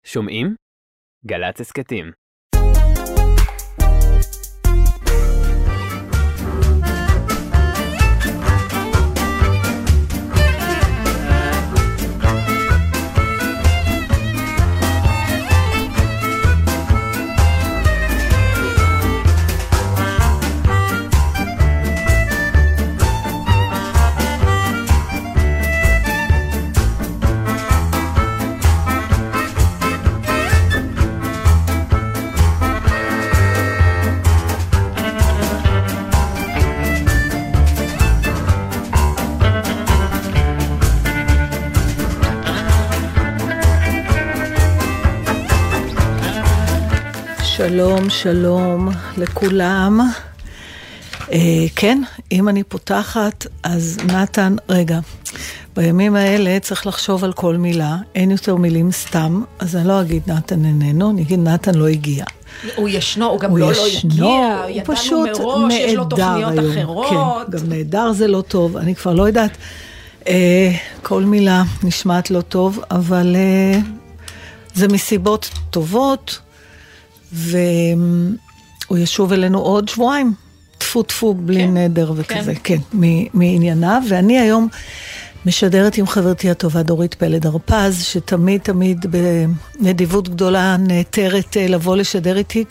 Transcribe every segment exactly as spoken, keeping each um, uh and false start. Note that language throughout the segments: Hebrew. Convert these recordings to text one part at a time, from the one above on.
שומעים? גל"צ הסכתים. שלום, שלום לכולם. אה, כן, אם אני פותחת, אז נתן, רגע, בימים האלה צריך לחשוב על כל מילה, אין יותר מילים סתם, אז אני לא אגיד נתן איננו, אני אגיד נתן לא הגיע. הוא ישנו, הוא גם הוא לא ישנו, לא הגיע, הוא פשוט מראש, יש לו תוכניות היום. אחרות. כן, גם נהדר זה לא טוב, אני כבר לא יודעת, אה, כל מילה נשמעת לא טוב, אבל אה, זה מסיבות טובות, והוא ישוב אלינו עוד שבועיים, תפו תפו בלי כן, נדר וכזה, כן, כן מענייניו, ואני היום משדרת עם חברתי הטובה דורית פלד הרפז, שתמיד תמיד בנדיבות גדולה נעתרת לבוא לשדר איתי,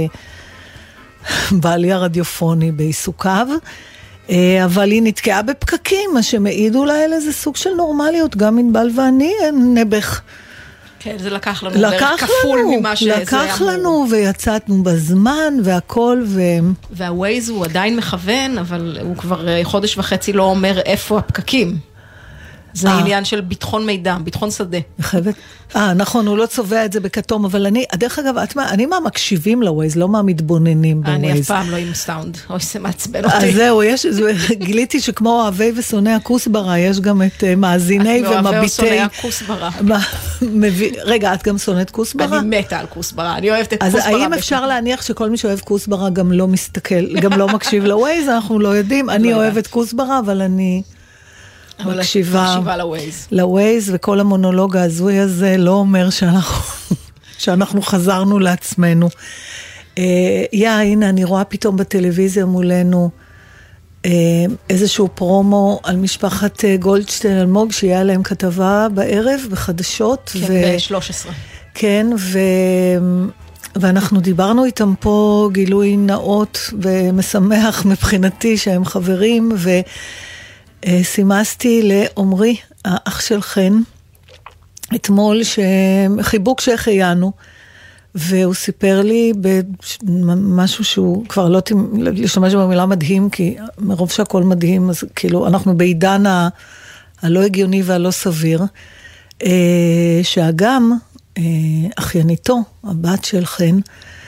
כשבעלי הרדיופוני בעיסוקיו, אבל היא נתקעה בפקקים, מה שמעיד אולי על איזה סוג של נורמליות, גם מנבל ואני נבח, כן, זה לקח לנו בערך כפול ממה שזה אמור. לקח לנו ויצאנו בזמן והכל ו... והווייז הוא עדיין מכוון, אבל הוא כבר חודש וחצי לא אומר איפה הפקקים. זה עניין של ביטחון מידע, ביטחון שדה. מחייבת. אה, נכון, הוא לא צובע את זה בכתום, אבל אני, דרך אגב, אני מה מקשיבים לווייז, לא מה מתבוננים בווייז. אני אף פעם לא עם סאונד, או זה מעצבן אותי. אז זהו, יש, גיליתי שכמו אוהבי ושונאי הכוסברה, יש גם את מאזיני ומביטי. את מאוהבי ושונאי הכוסברה. רגע, את גם שונאת כוסברה? אני מתה על כוסברה, אני אוהבת את כוסברה. אז האם אפשר להניח שכל מי שאוהב כוסברה גם לא מסתכל, גם לא מקשיב לווייז, אנחנו לא יודעים. אני אוהבת כוסברה, אבל אני... מקשיבה לווייז, וכל המונולוג הזוי הזה לא אומר שאנחנו, שאנחנו חזרנו לעצמנו. יא, הנה, אני רואה פתאום בטלוויזיה מולנו איזשהו פרומו על משפחת גולדשטיין אלמוג, שיהיה עליהם כתבה בערב בחדשות. כן, ב-שלוש עשרה. כן, ו... ואנחנו דיברנו איתם פה גילוי נאות ומשמח מבחינתי שהם חברים, ו... סימסתי לעומרי, האח של חן, אתמול שחיבוק שהחיינו, והוא סיפר לי במשהו שהוא כבר לא להשתמש במילה מדהים, כי מרוב שהכל מדהים, אז כאילו אנחנו בעידן ה- הלא הגיוני והלא סביר, שאגם, אחייניתו, הבת של חן,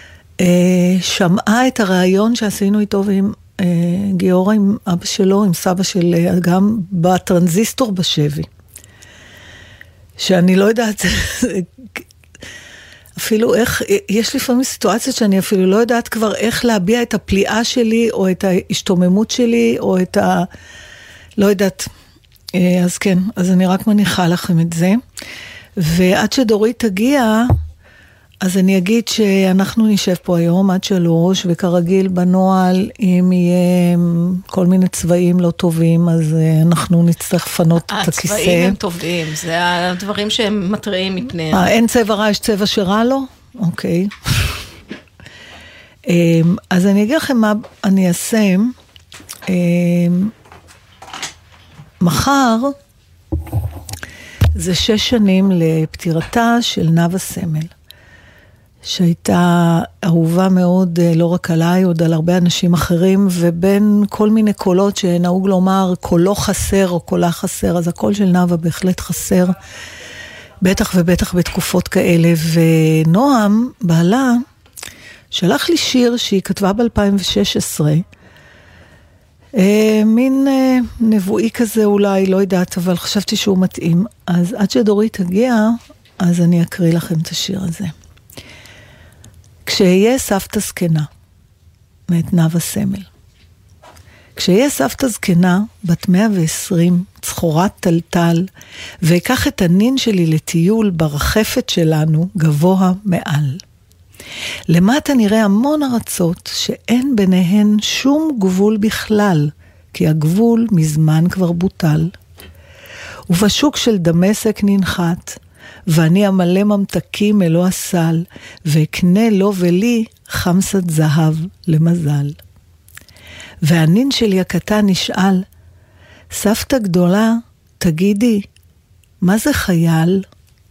שמעה את הרעיון שעשינו איתו ועם גיורא עם אבא שלו, עם סבא של אגם, בטרנזיסטור בשבי. שאני לא יודעת, אפילו איך, יש לפעמים סיטואציות שאני אפילו לא יודעת כבר איך להביע את הפליאה שלי, או את ההשתוממות שלי, או את ה... לא יודעת. אז כן, אז אני רק מניחה לכם את זה. ועד שדורית תגיע... אז אני אגיד שאנחנו נשב פה היום עד שלוש, וכרגיל בנועל, אם יהיה כל מיני צבעים לא טובים, אז אנחנו נצטרך לפנות את הכיסא. הצבעים הם טובים, זה הדברים שהם מטראים מפני... אה, אין צבע רע, יש צבע שרע לו? אוקיי. אז אני אגיד לכם מה אני אעשה. מחר, זה שש שנים לפטירתה של נאוה סמל. שהייתה אהובה מאוד, לא רק עליי, עוד על הרבה אנשים אחרים, ובין כל מיני קולות שנהוג לומר, קולו חסר או קולה חסר, אז הקול של נאוה בהחלט חסר, בטח ובטח בתקופות כאלה, ונועם, בעלה, שלח לי שיר שהיא כתבה ב-אלפיים ושש עשרה, אה, מין אה, נבואי כזה אולי, לא יודעת, אבל חשבתי שהוא מתאים, אז עד שדורית תגיע, אז אני אקריא לכם את השיר הזה. כשהיה סבתא זקנה, מאת נאוה סמל. כשהיה סבתא זקנה, בת מאה ועשרים, צחורת טלטל, ויקח את הנין שלי לטיול ברחפת שלנו גבוה מעל. למטה נראה המון ארצות שאין ביניהן שום גבול בכלל, כי הגבול מזמן כבר בוטל. ובשוק של דמשק ננחת, ואני אמלא ממתקים אלו הסל, ואקנה לו ולי חמסת זהב למזל. והנין שלי הקטן נשאל, סבתא גדולה, תגידי, מה זה חייל?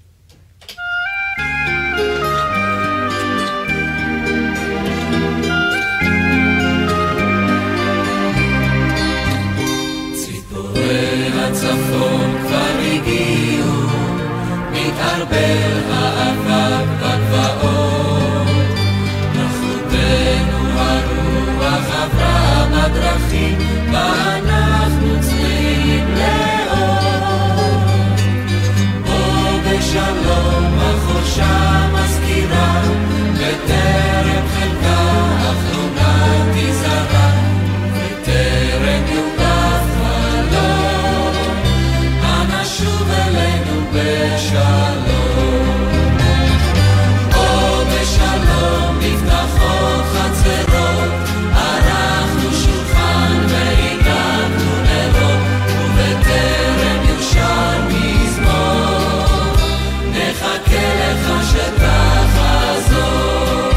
ציפורי הצפון כבר הגיעו, מתערבל האבק בגבעות, נחותנו הרוח עברה בדרכים, ואנחנו צמאים לאור. בוא בשלום החורשה מזכירה, בטרם חלקה אחרונה תזרה, בטרם יוגף חלום, אנא שוב אלינו בשלום. בוא בשלום נפתחות חצרות, ערכנו שולחן והדלקנו נרות, ובטרם יושר מזמור, נחכה לך שתחזור.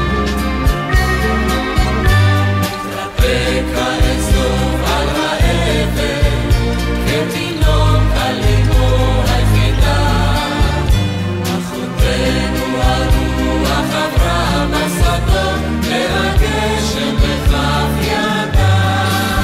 תרפק האצטוב על האבן, כתינוק על ליבו היחידה, אחותנו הרוח עברה בשדות, והגשם בכף ידה.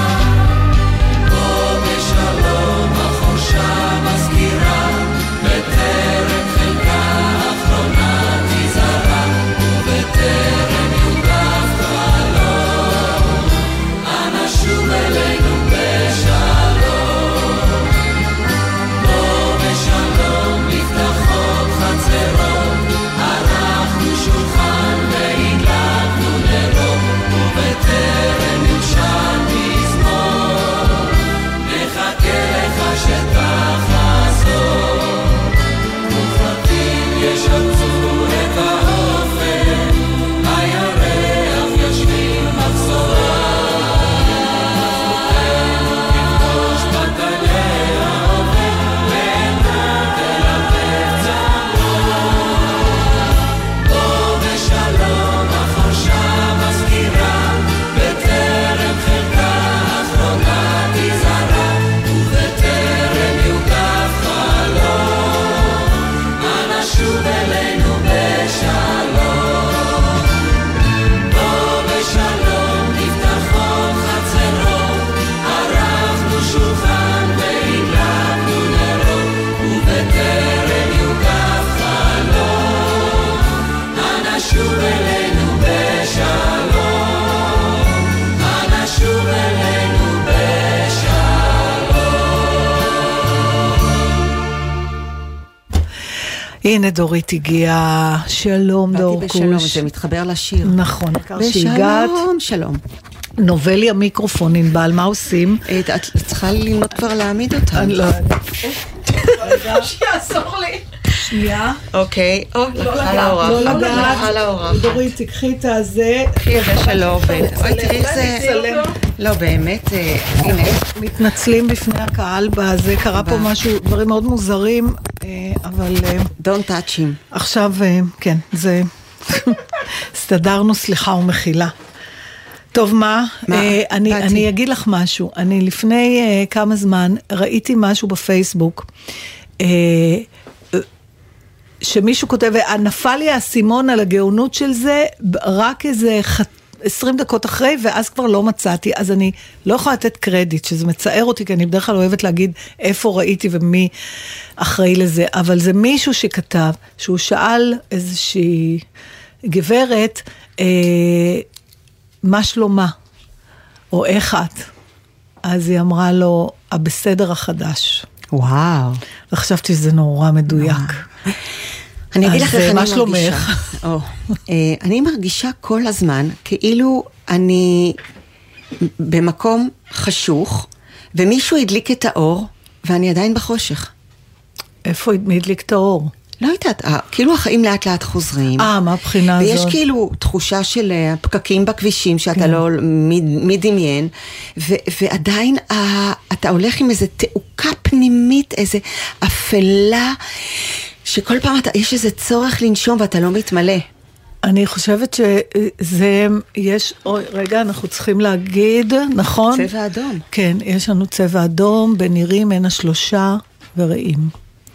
בוא בשלום החורשה מזכירה, בטרם חלקה אחרונה תזרה, ובטרם יוגף חלום, אנא שוב אלינו בשלום. בוא בשלום נפתחות חצרות, ערכנו שולחן והדלקנו נרות, ובטרם יושר מזמור, נחכה לך שתחזור. מופרטים ישפצו את האופן, הירח ישלים מחסורה, נפגוש בטלי האופן, ועינה תלטף צמור. בוא בשלום החורשה מזכירה, בטרם חלקה אחרונה תזרה, ובטרם יוגף חלום, אנא שוב אלינו בשלום. בוא בשלום נפתחות חצרות, ערכנו שולחן והדלקנו נרות, ובטרם יוגף חלום, אנא שוב אלינו בשלום, אנא שוב אלינו בשלום. הנה דורית הגיעה, שלום דורקוש. באתי בשלום, זה מתחבר לשיר. נכון, שהגעת. בשלום, שלום. נובל לי המיקרופון, ענבל, מה עושים? את צריכה ללמוד כבר להעמיד אותה. אני לא יודעת. שיעזור לי. שנייה. אוקיי, או, לקחה לאורח. לא לגעת. לקחה לאורח. דורית, תקחי את הזה. קחי את זה שלא עובד. אוי, תראי זה... לא, באמת, הנה. מתנצלים בפני הקהל בזה, קרה פה משהו, דברים מאוד מוזרים, אבל... Don't touch him. עכשיו, כן, זה... הסתדרנו, סליחה ומחילה. טוב, מה? מה? אני, אני אגיד לך משהו. אני לפני כמה זמן ראיתי משהו בפייסבוק, שמישהו כותב, נפל לי האסימון על הגאונות של זה, רק איזה עשרים דקות אחרי, ואז כבר לא מצאתי, אז אני לא יכולה לתת קרדיט, שזה מצער אותי, כי אני בדרך כלל אוהבת להגיד איפה ראיתי ומי אחראי לזה, אבל זה מישהו שכתב, שהוא שאל איזושהי גברת, אה, מה שלומה, או איך את? אז היא אמרה לו, הבסדר החדש. וואו. וחשבתי שזה נורא מדויק. אני אגיד לך איך אני מה מרגישה. שלומך? אני מרגישה כל הזמן כאילו אני במקום חשוך, ומישהו הדליק את האור, ואני עדיין בחושך. איפה מי הדליק את האור? לא יודעת, כאילו החיים לאט לאט חוזרים. אה, מה הבחינה הזאת? ויש כאילו תחושה של פקקים בכבישים שאתה לא מדמיין, ועדיין אתה הולך עם איזו תעוקה פנימית, איזו אפלה, שכל פעם יש איזה צורך לנשום ואתה לא מתמלא. אני חושבת שזה, יש, אוי, רגע, אנחנו צריכים להגיד, נכון? צבע אדום. כן, יש לנו צבע אדום, בנירים, הנה שלושה ורעים.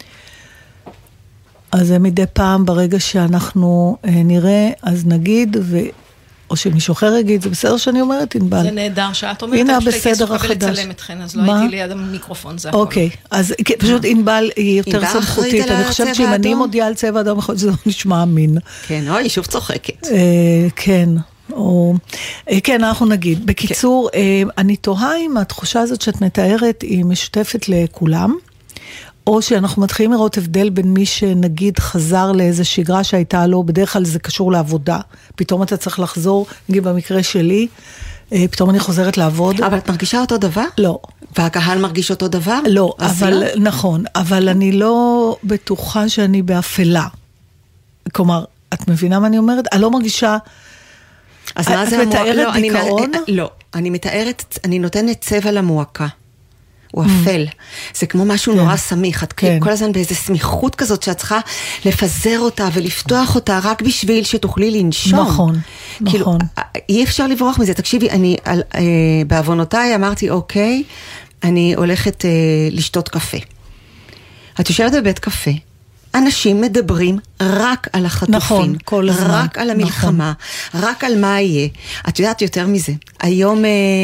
אז זה מדי פעם, ברגע שאנחנו אה, נראה, אז נגיד, ו... או שמישהו אחר יגיד, זה בסדר שאני אומרת, ענבל. זה נהדר, שאת אומרת, הנה שהייתי בסדר עסוקה החדש. בלצלם אתכן, אז לא הייתי ליד המיקרופון, זה הכל. אוקיי, אז פשוט ענבל היא יותר סמכותית, אני חושבת שאם אני מודיעה על צבע אדום, יכול להיות שזה לא נשמע אמין. כן, אוי, שוב צוחקת. כן, או... כן, אנחנו נגיד. בקיצור, אני תוהה אם התחושה הזאת שאת מתארת היא משותפת לכולם, או שאנחנו מתחילים לראות הבדל בין מי שנגיד חזר לאיזו שגרה שהייתה לו, בדרך כלל זה קשור לעבודה. פתאום אתה צריך לחזור, נגיד במקרה שלי, פתאום אני חוזרת לעבוד. אבל את מרגישה אותו דבר? לא. והקהל מרגיש אותו דבר? לא, אבל, נכון, אבל אני לא בטוחה שאני באפלה. כלומר, את מבינה מה אני אומרת? אני לא מרגישה... אז מה זה המועקה? מתארת דיכאון? לא, אני מתארת, אני נותנת צבע למועקה. הוא אפל. זה כמו משהו נורא סמיך. את כל הזמן באיזו סמיכות כזאת שאת צריכה לפזר אותה ולפתוח אותה רק בשביל שתוכלי לנשום. נכון, נכון. אי אפשר לברוח מזה. תקשיבי, אני בעוונותיי אמרתי, אוקיי, אני הולכת לשתות קפה. את יושבת בבית קפה, אנשים מדברים רק על החטופים. נכון, כל הזמן. רק על המלחמה, רק על מה יהיה. את יודעת יותר מזה. היום...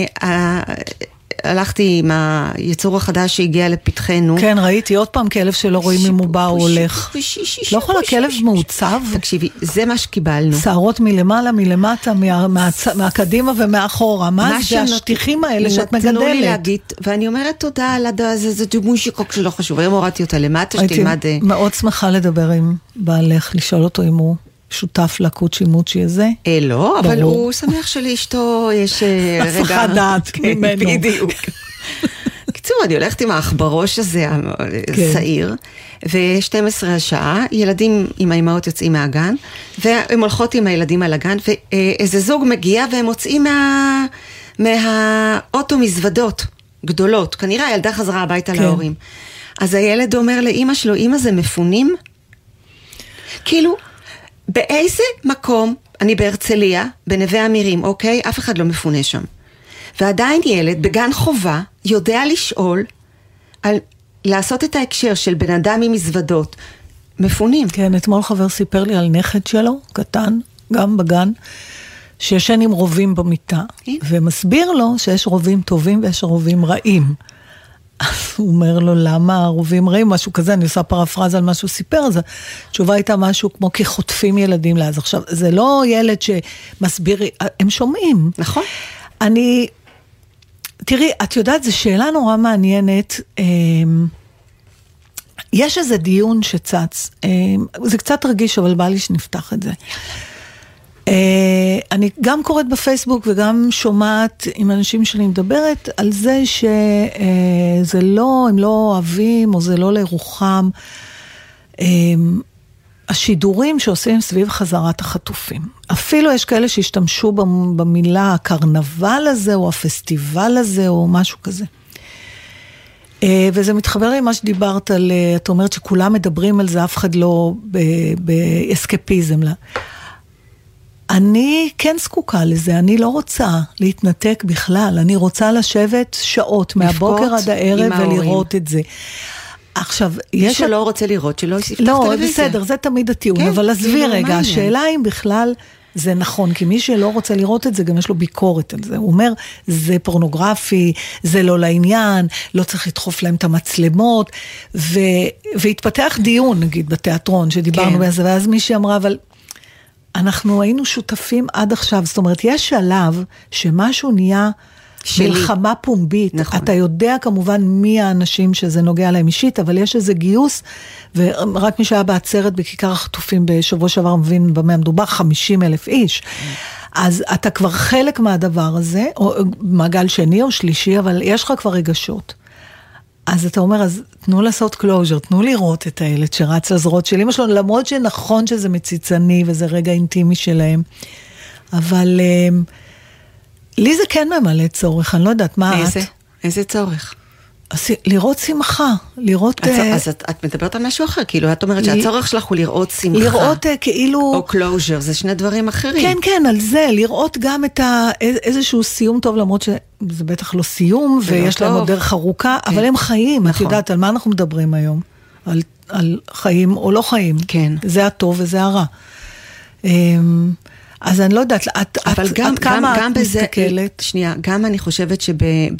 הלכתי עם היצור החדש שהגיע לפתחנו. כן, ראיתי עוד פעם כלב שלא רואים אם הוא בא או הולך. לא יכול הכלב מעוצב? תקשיבי, זה מה שקיבלנו. שערות מלמעלה, מלמטה, מהקדימה ומאחורה. מה זה השטיחים האלה שאת מגדלת? נתנו לי להגיד, ואני אומרת תודה על הדעה, זה דימוי שיקוק שלא חשוב. היום הורדתי אותה למטה, שתלמד... הייתי מאוד שמחה לדבר עם בעלך, לשאול אותו אם הוא... שותף לקוצ'י מוצ'י הזה? אה, לא, אבל הוא שמח שלאשתו יש רגע... הפחד דעת ממנו. בדיוק. קיצור, אני הולכת עם האח בראש הזה, הצעיר, ו-שתים עשרה השעה, ילדים עם האימהות יוצאים מהגן, והם הולכות עם הילדים על הגן, ואיזה זוג מגיע, והם מוצאים מהאוטו מזוודות גדולות. כנראה הילדה חזרה הביתה להורים. אז הילד אומר לאמא שלו, אמא זה מפונים? כאילו... באיזה מקום, אני בהרצליה, בנווה אמירים, אוקיי? אף אחד לא מפונה שם. ועדיין ילד בגן חובה יודע לשאול, על, לעשות את ההקשר של בן אדם עם מזוודות, מפונים. כן, אתמול חבר סיפר לי על נכד שלו, קטן, גם בגן, שישן עם רובים במיטה, ומסביר לו שיש רובים טובים ויש רובים רעים. הוא אומר לו, למה הרובים רעים? משהו כזה, אני עושה פרפרזה על משהו סיפר, אז התשובה הייתה משהו כמו כחוטפים ילדים לאז. עכשיו, זה לא ילד שמסביר, הם שומעים. נכון. אני, תראי, את יודעת, זו שאלה נורא מעניינת, יש איזה דיון שצץ, זה קצת רגיש, אבל בא לי שנפתח את זה. אני גם קוראת בפייסבוק וגם שומעת עם אנשים שאני מדברת על זה שזה לא, הם לא אוהבים או זה לא לרוחם, השידורים שעושים סביב חזרת החטופים. אפילו יש כאלה שהשתמשו במילה הקרנבל הזה או הפסטיבל הזה או משהו כזה. וזה מתחבר לי מה שדיברת על, את אומרת שכולם מדברים על זה, אף אחד לא באסקפיזם לה. אני כן זקוקה לזה, אני לא רוצה להתנתק בכלל, אני רוצה לשבת שעות מהבוקר עד הערב ולראות את זה. עכשיו, מי שלא רוצה לראות, שלא יפתח טלוויזיה. טלוויזיה. לא, בסדר, זה תמיד הטיעון, אבל עזבי רגע, השאלה אם בכלל זה נכון, כי מי שלא רוצה לראות את זה, גם יש לו ביקורת על זה. הוא אומר, זה פורנוגרפי, זה לא לעניין, לא צריך לדחוף להם את המצלמות, והתפתח דיון, נגיד, בתיאטרון, שדיברנו בזה, ואז מישהי אמרה, אבל... אנחנו היינו שותפים עד עכשיו, זאת אומרת, יש שלב שמשהו נהיה שלי. מלחמה פומבית. נכון. אתה יודע כמובן מי האנשים שזה נוגע להם אישית, אבל יש איזה גיוס, ורק מי שהיה בעצרת בכיכר החטופים בשבוע שעבר מבין במה מדובר, חמישים אלף איש. אז אתה כבר חלק מהדבר הזה, או מעגל שני או שלישי, אבל יש לך כבר רגשות. אז אתה אומר, אז תנו לעשות קלוז'ר, תנו לראות את הילד שרץ לזרועות של אמא שלו, למרות שנכון שזה מציצני וזה רגע אינטימי שלהם, אבל לי זה כן ממלא צורך, אני לא יודעת מה איזה, את. איזה צורך? אז לראות שמחה, לראות... אז, uh, אז את, את מדברת על משהו אחר, כאילו את אומרת שהצורך שלך הוא לראות שמחה. לראות uh, כאילו... או קלוז'ר, זה שני דברים אחרים. כן, כן, על זה, לראות גם את ה... איזשהו סיום טוב, למרות שזה בטח לא סיום, ויש להם עוד דרך ארוכה, כן. אבל הם חיים, נכון. את יודעת, על מה אנחנו מדברים היום? על, על חיים או לא חיים. כן. זה הטוב וזה הרע. אז אני לא יודעת, את, אבל את, גם, את כמה גם, גם את בזה, מסתכלת? שנייה, גם אני חושבת שב... ב...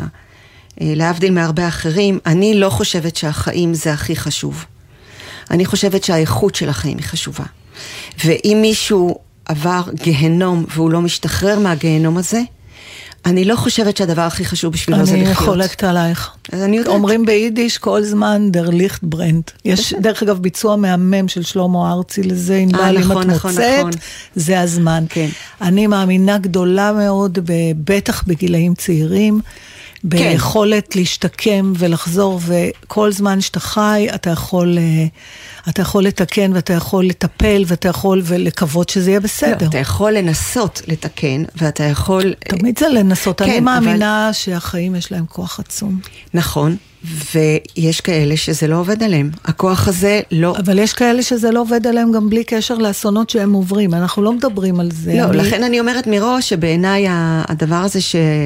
להבדיל מהרבה אחרים, אני לא חושבת שהחיים זה הכי חשוב. אני חושבת שהאיכות של החיים היא חשובה. ואם מישהו עבר גהנום והוא לא משתחרר מהגהנום הזה, אני לא חושבת שהדבר הכי חשוב בשבילו זה לחיות. אני חולקת עלייך. אני יודעת. אומרים ביידיש כל זמן דר ליכט ברנט. יש דרך אגב ביצוע מהמם של שלמה ארצי לזה, אם בא לי נכון, את נכון, מוצאת, נכון. זה הזמן. כן. אני מאמינה גדולה מאוד, בטח בגילאים צעירים, ביכולת להשתקם ולחזור, וכל זמן שאתה חי, אתה יכול, אתה יכול לתקן, ואתה יכול לטפל, ואתה יכול ולקוות שזה יהיה בסדר. לא, אתה יכול לנסות לתקן, ואתה יכול... תמיד זה לנסות. כן, אני מאמינה אבל... שהחיים יש להם כוח עצום. נכון, ויש כאלה שזה לא עובד עליהם. הכוח הזה לא... אבל יש כאלה שזה לא עובד עליהם גם בלי קשר לאסונות שהם עוברים. אנחנו לא מדברים על זה. לא, אני... לכן אני אומרת מראש שבעיניי הדבר הזה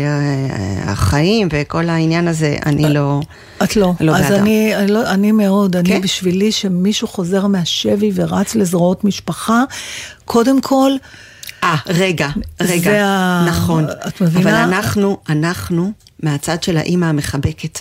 שהחיים וכל העניין הזה, אני לא... את לא. לא אז אני, אני, לא, אני מאוד, אני כן? בשבילי שמישהו חוזר מהשבי ורץ לזרועות משפחה, קודם כל... אה, רגע, רגע, ה... נכון. את מבינה? אבל אנחנו, אנחנו, מהצד של האמא המחבקת,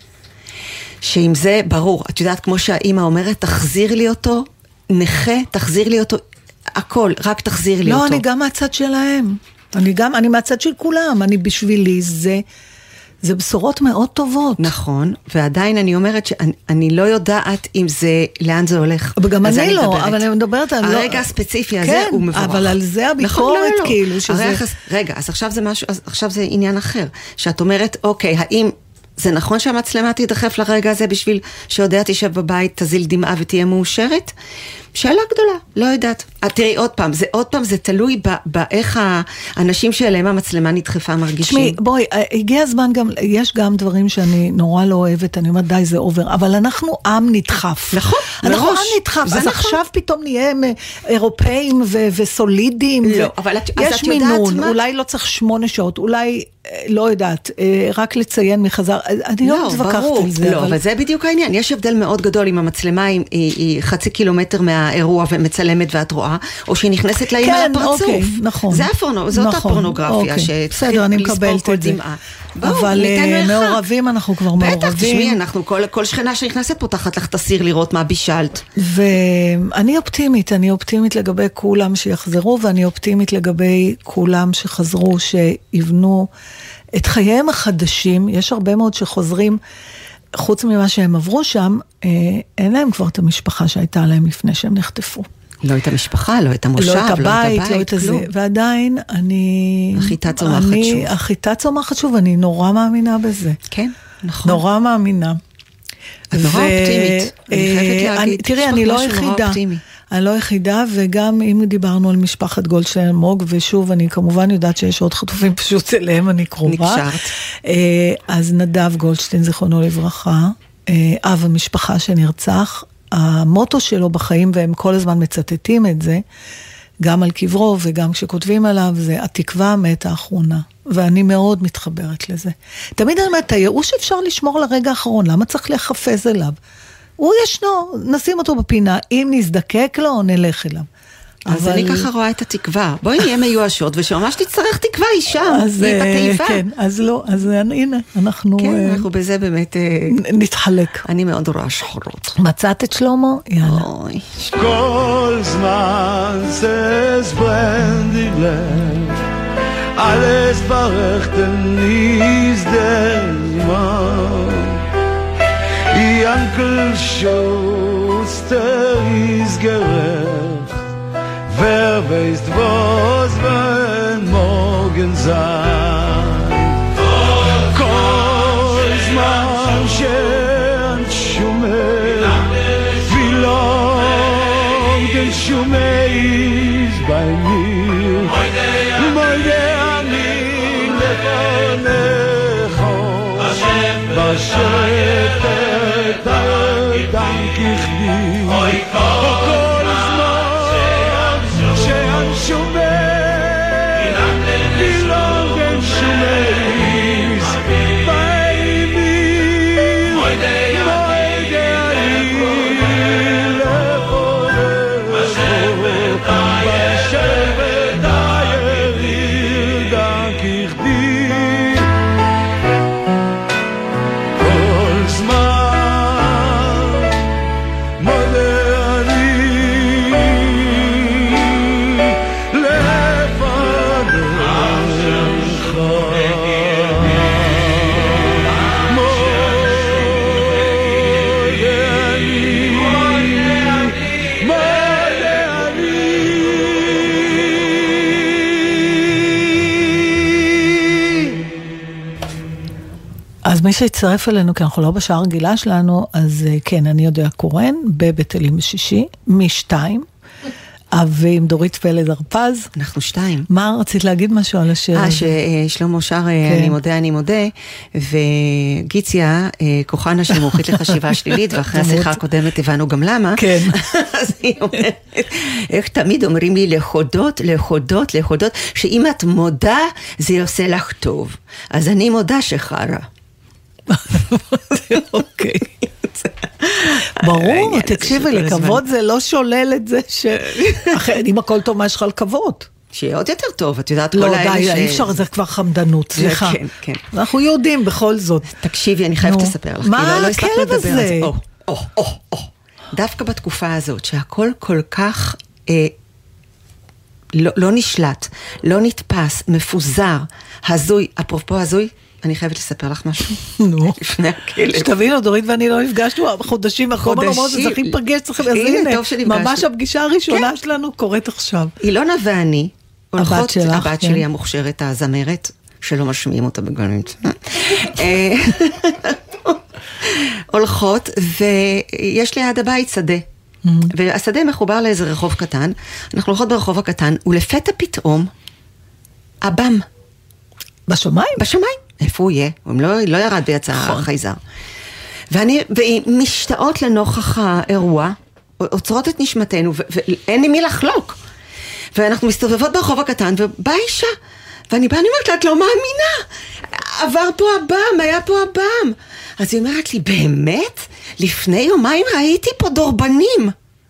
שעם זה ברור, את יודעת, כמו שהאמא אומרת, תחזיר לי אותו, נכה, תחזיר לי אותו, הכל, רק תחזיר לי לא, אותו. לא, אני גם מהצד שלהם. אני גם, אני מהצד של כולם. אני בשבילי, זה, זה בשורות מאוד טובות. נכון, ועדיין אני אומרת שאני אני לא יודעת אם זה, לאן זה הולך. וגם אני, אני לא, מדברת. אבל אני מדברת על... הרגע לא... הספציפי הזה כן, הוא מבורך. אבל על זה הביקורת, נכון, לא, לא. כאילו, שזה... הרי, רגע, אז עכשיו זה משהו, אז עכשיו זה עניין אחר. שאת אומרת, אוקיי, האם... זה נכון שהמצלמה תדחף לרגע הזה בשביל שיודע תשב בבית, תזיל דמעה ותהיה מאושרת? שאלה גדולה, לא יודעת. תראי, עוד פעם, זה עוד פעם, זה תלוי באיך האנשים שאליהם המצלמה נדחפה מרגישים. שמי, בואי, הגיע הזמן גם, יש גם דברים שאני נורא לא אוהבת, אני אומרת, די, זה אובר, אבל אנחנו עם נדחף. נכון, אנחנו מראש. עם נדחף, אז נכון. עכשיו פתאום נהיה אירופאים ו- וסולידיים. לא, ו- אבל את, יש אז את יודעת מינון, מה? אולי לא צריך שמונה שעות, אולי, לא יודעת, רק לציין מחזר, אני לא, לא מתווכחת על זה. לא, אבל... אבל זה בדיוק העניין, יש הבדל מאוד גדול אם המצלמה היא, היא, היא חצי קילומטר מהאירוע ומצלמת ואת רואה, או שהיא נכנסת לאמא כן, לפרצוף. אוקיי, נכון. זה הפורנו, זאת נכון, הפורנוגרפיה, אוקיי. בסדר, אני מקבלת את זה. דמעה. אבל מעורבים, אנחנו כבר מעורבים. בטח, תשמעי, אנחנו, כל, כל שכנה שנכנסת פה תחת לך תסיר לראות מה בישלת. ואני אופטימית, אני אופטימית לגבי כולם שיחזרו, ואני אופטימית לגבי כולם שחזרו, שיבנו את חייהם החדשים. יש הרבה מאוד שחוזרים, חוץ ממה שהם עברו שם, אין להם כבר את המשפחה שהייתה להם לפני שהם נחטפו. לא את המשפחה, לא את המושב, לא את הבית, לא לא את הזה. ועדיין אני... החיטה צומחת שוב. החיטה צומחת שוב, אני נורא מאמינה בזה. כן, נכון. נורא מאמינה. את נורא אופטימית. אני חייבת להגיד. תראי, אני לא יחידה. אני לא יחידה, וגם אם דיברנו על משפחת גולדשטיין אלמוג, ושוב, אני כמובן יודעת שיש עוד חטופים פשוט אליהם, אני קרובה. נקשרת. אז נדב גולדשטיין, זיכרונו לברכה, אב המשפחה שנרצח, המוטו שלו בחיים, והם כל הזמן מצטטים את זה, גם על קברו וגם כשכותבים עליו, זה התקווה מתה האחרונה. ואני מאוד מתחברת לזה. תמיד אני אומרת, הייאוש אפשר לשמור לרגע האחרון, למה צריך להחפז אליו? הוא ישנו, נשים אותו בפינה, אם נזדקק לו, נלך אליו. אז אבל... אני ככה רואה את התקווה. בואי נהיה מיואשות, ושממש תצטרך תקווה אישה, היא בתאיבה. כן, אז לא, אז הנה, אנחנו... כן, אנחנו בזה באמת... נתחלק. אני מאוד רואה שחורות. מצאת את שלמה? יאללה. אוי. כל זמן es brennt lב, alles verrichten ist der Mann. Jankel Schuster ist gerecht, wer weiß, was wenn morgen sein. Kol zman שומייז bei mir moide ani lefonecho בשפט dank ich dir כל זמן שאן שומייז בילונגן שומייז bei mir moide אז מי שיצטרף אלינו, כי אנחנו לא בשעה הרגילה שלנו, אז כן, אני יודע קורן, בבית אלים בשישי, משתיים, ועם דורית פלד הרפז. אנחנו שתיים. מה, רצית להגיד משהו על השיר? אה, ששלמה שר, אני מודה, אני מודה, וגיציה, כוחנה של מומחית לחשיבה שלילית, ואחרי השיחה הקודמת הבנו גם למה. כן. אז היא אומרת, איך תמיד אומרים לי להודות, להודות, להודות, שאם את מודה, זה עושה לך טוב. אז אני מודה שחרה. אוקיי. ברור, תקשיבי, לכבוד זה לא שולל את זה אם הכל טוב מה יש לך לכבוד. שיהיה עוד יותר טוב, את יודעת כל האלה ש... לא, די, אי אפשר, זה כבר חמדנות, סליחה. כן, כן. אנחנו יודעים בכל זאת. תקשיבי, אני חייבת לספר לך. מה הכלב הזה? או, או, או. דווקא בתקופה הזאת, שהכל כל כך לא נשלט, לא נתפס, מפוזר, הזוי, אפרופו הזוי, אני חייבת לספר לך משהו. נו. לפני הכלב. שתבינו, דורית ואני לא נפגשנו חודשים, אנחנו אמרנו, זה הכי פגש, אז הנה, ממש הפגישה הראשונה שלנו קורית עכשיו. אילונה ואני, הולכות, הבת שלי המוכשרת, הזמרת, שלא משמיעים אותה בגלמית. הולכות, ויש ליד הבית שדה. והשדה מחובר לאיזה רחוב קטן, אנחנו הולכות ברחוב הקטן, ולפתע פתאום, אבם. בשמיים? בשמיים. איפה הוא יהיה? הוא לא, לא ירד ויצא החייזר. ואני, והיא משתאות לנוכח האירוע, עוצרות את נשמתנו, ואין לי מי לחלוק. ואנחנו מסתובבות ברחוב הקטן, ובאה אישה, ואני באה, אני אומרת לה, את לא מאמינה, עבר פה הבם, היה פה הבם. אז היא אומרת לי, באמת? לפני יומיים ראיתי פה דורבנים.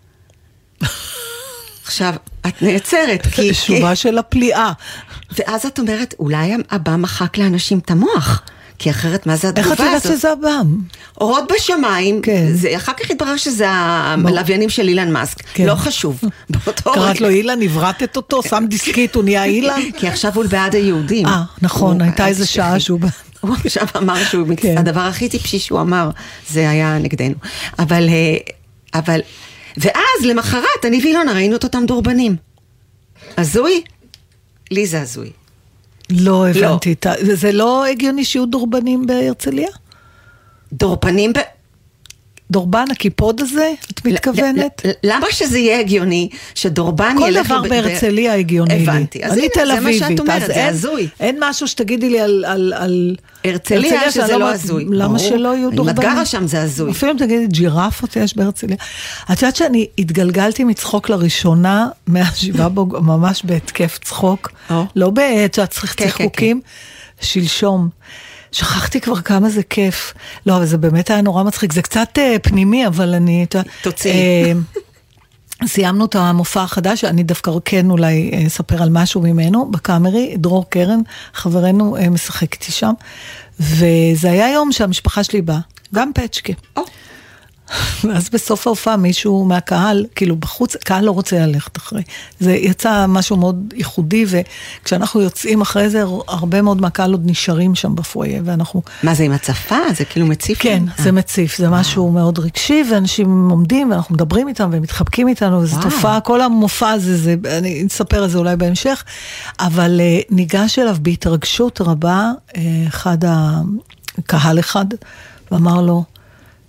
עכשיו, את נעצרת, כי... שובה של הפליאה. ואז את אומרת, אולי הבא מחק לאנשים את המוח, כי אחרת מה זה התגובה הזאת? איך את יודעת שזה הבם? אורות בשמיים, כן. זה, אחר כך התברר שזה הלוויינים של אילן מאסק, כן. לא חשוב. קראת לו אילן, נברטת אותו, שם דיסקית, הוא נהיה אילן? כי עכשיו הוא בעד היהודים. אה, נכון, הייתה איזה שעה שהוא... הוא עכשיו אמר שהוא, כן. הדבר הכי טיפשי שהוא אמר, זה היה נגדנו. אבל, אבל, ואז למחרת, אני ואילונה ראינו את אותם דורבנים. הזוי? לי זה הזוי. לא הבנתי. לא. זה לא הגיוני שיהיו דורבנים בהרצליה? דורבנים ב... דורבן, הקיפוד הזה? את מתכוונת? למה שזה יהיה הגיוני שדורבן ילך... כל דבר בהרצליה הגיוני לי. הבנתי. אני תל אביבית. זה מה שאת אומרת, זה הזוי. אין משהו שתגידי לי על... הרצליה שזה לא הזוי. למה שלא יהיו דורבנים? אני מדגרה שם, זה הזוי. אפילו אם תגידי, ג'ירפות יש בהרצליה. את יודעת שאני התגלגלתי מצחוק לראשונה, מהשבעה בו, ממש בהתקף צחוק. לא בעת שאת צריך צחוקים. שלשום. שכחתי כבר כמה זה כיף. לא, אבל זה באמת היה נורא מצחיק. זה קצת uh, פנימי, אבל אני... תוציאי. Uh, סיימנו את המופע החדש, אני דווקא כן אולי uh, אספר על משהו ממנו, בקאמרי, דרור קרן, חברנו uh, משחק איתי שם, וזה היה יום שהמשפחה שלי באה, גם פצ'קה. Oh. ואז בסוף ההופעה מישהו מהקהל, כאילו בחוץ, קהל לא רוצה ללכת אחרי. זה יצא משהו מאוד ייחודי, וכשאנחנו יוצאים אחרי זה, הרבה מאוד מהקהל עוד נשארים שם בפויה, ואנחנו... מה זה עם הצפה? זה כאילו מציף? כן, זה מציף, זה משהו מאוד רגשי, ואנשים עומדים, ואנחנו מדברים איתם, והם מתחבקים איתנו, וזו תופעה, כל המופע הזה, אני אספר על זה אולי בהמשך, אבל ניגש אליו בהתרגשות רבה, אחד הקהל אחד, ואמר לו,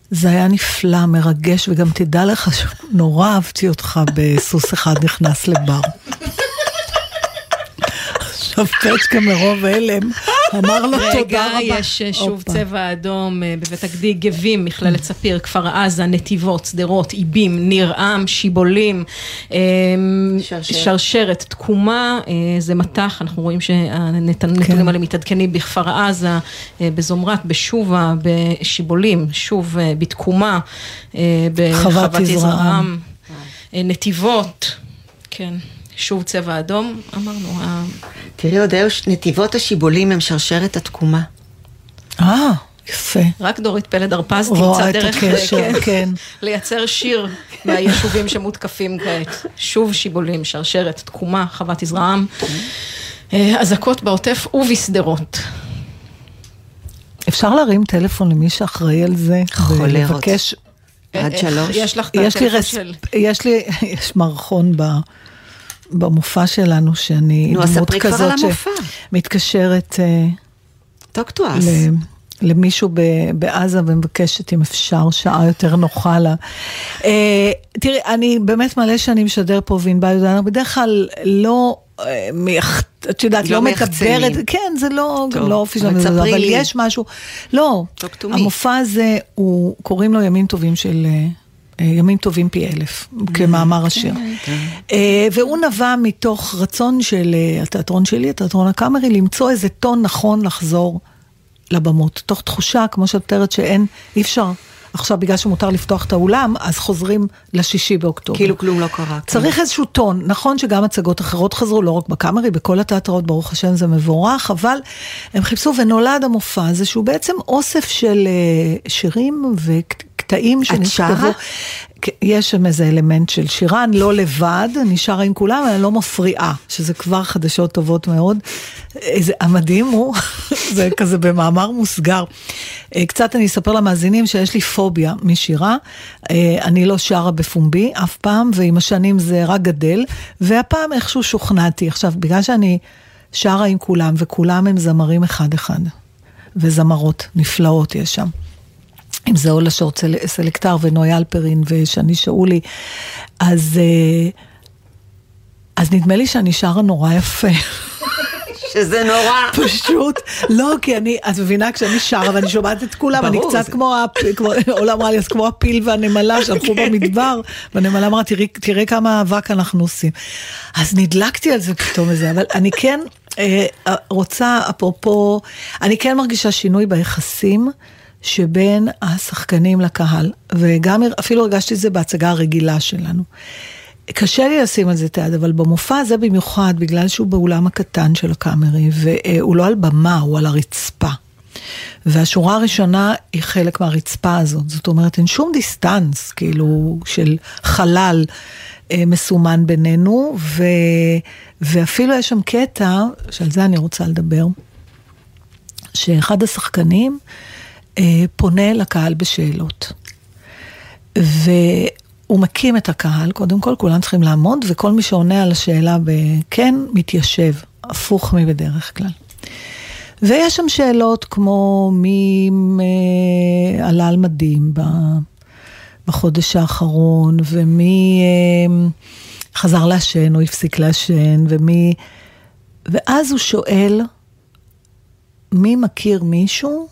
זה היה נפלא, מרגש, וגם תדע לך שנורא אהבתי אותך בסוס אחד נכנס לבר. עכשיו פצ'קה מרוב הלם, אמר לו תודה רבה. רגע, יש שוב צבע אדום בבית הגדי, גבים, מכללת ספיר, כפר עזה, נתיבות, סדרות, איבים, נרעם, שיבולים, שרשרת, תקומה, זה מתח, אנחנו רואים שהנתונים האלה מתעדכנים בכפר עזה, בזומרת, בשובה, בשיבולים, שוב בתקומה, בחוות יזרעם, נתיבות, כן. שוב צבע אדום, אמרנו. תראי עוד היום, נתיבות השיבולים הם שרשרת התקומה. אה, יפה. רק דורית פלד הרפז תמצא דרך הקשר, כן. לייצר שיר מהיישובים שמותקפים כעת. שוב שיבולים, שרשרת, תקומה, חוות יזרעם, אזעקות בעוטף ובסדרות. אפשר להרים טלפון למי שאחראי על זה? ולבקש... עד שלוש. יש לך את הטלפון של... יש לי, יש מערכון ב... במופע שלנו, שאני דמות כזאת שמתקשרת למישהו בעזה ומבקשת אם אפשר שעה יותר נוחה לה. תראי, אני באמת מלא שאני משדר פה וענבל יודעת, בדרך כלל לא, את יודעת, לא מקברת, כן, זה לא, גם לא אופי שלנו, אבל יש משהו, לא, המופע הזה, קוראים לו ימים טובים של... ימים טובים פי אלף, כמאמר השיר. והוא נבע מתוך רצון של התיאטרון שלי, התיאטרון הקאמרי, למצוא איזה טון נכון לחזור לבמות. תוך תחושה, כמו שאת מתארת, שאין, אי אפשר. עכשיו, בגלל שמותר לפתוח את האולם, אז חוזרים לשישי באוקטובר. כאילו כלום לא קרה. צריך איזשהו טון. נכון שגם הצגות אחרות חזרו, לא רק בקאמרי, בכל התיאטרות, ברוך השם זה מבורך, אבל הם חיפשו ונולד המופע הזה, שהוא בעצם אוסף של שירים וקטעים שנכתבו. יש שם איזה אלמנט של שירה, אני לא לבד, אני שרה עם כולם, אני לא מפריעה, שזה כבר חדשות טובות מאוד. איזה, המדהים הוא, זה כזה במאמר מוסגר. קצת אני אספר למאזינים שיש לי פוביה משירה, אני לא שרה בפומבי אף פעם, ועם השנים זה רק גדל, והפעם איכשהו שוכנעתי. עכשיו, בגלל שאני שרה עם כולם, וכולם הם זמרים אחד אחד, וזמרות נפלאות יש שם. אם זה אולה שורץ סלקטר ונוי אלפרין ושני שאולי, אז, אז נדמה לי שאני שרה נורא יפה. שזה נורא. פשוט, לא, כי אני, את מבינה, כשאני שרה ואני שומעת את כולם, אני קצת כמו, אולה אמרה לי, אז כמו הפיל והנמלה שהלכו במדבר, והנמלה אמרה, תראה כמה אבק אנחנו עושים. אז נדלקתי על זה פתאום איזה, אבל אני כן רוצה, אפרופו, אני כן מרגישה שינוי ביחסים, שבין השחקנים לקהל, וגם אפילו הרגשתי את זה בהצגה הרגילה שלנו. קשה לי לשים על זה את היד, אבל במופע הזה במיוחד, בגלל שהוא באולם הקטן של הקאמרי, והוא לא על במה, הוא על הרצפה. והשורה הראשונה היא חלק מהרצפה הזאת, זאת אומרת, אין שום דיסטנס, כאילו, של חלל מסומן בינינו, ו... ואפילו יש שם קטע, שעל זה אני רוצה לדבר, שאחד השחקנים, פונה לקהל בשאלות. והוא מקים את הקהל, קודם כל, כולם צריכים לעמוד, וכל מי שעונה על השאלה בכן, מתיישב, הפוך מבדרך כלל. ויש שם שאלות כמו מי עלה על מדים בחודש האחרון, ומי חזר לעשן או הפסיק לעשן, ומי... ואז הוא שואל, מי מכיר מישהו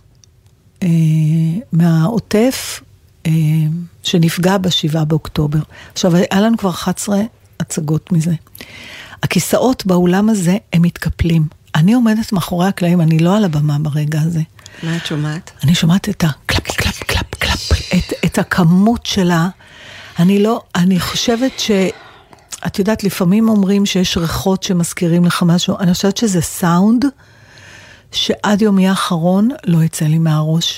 מהעוטף שנפגע בשבעה באוקטובר. עכשיו, היה לנו כבר אחת עשרה הצגות מזה. הכיסאות באולם הזה הם מתקפלים. אני עומדת מאחורי הקלעים, אני לא על הבמה ברגע הזה. מה את שומעת? אני שומעת את הקלפ, קלפ, קלפ, קלפ, את, את הכמות שלה. אני לא, אני חושבת ש... את יודעת, לפעמים אומרים שיש ריחות שמזכירים לך משהו. אני חושבת שזה סאונד שעד יומי האחרון לא יצא לי מהראש.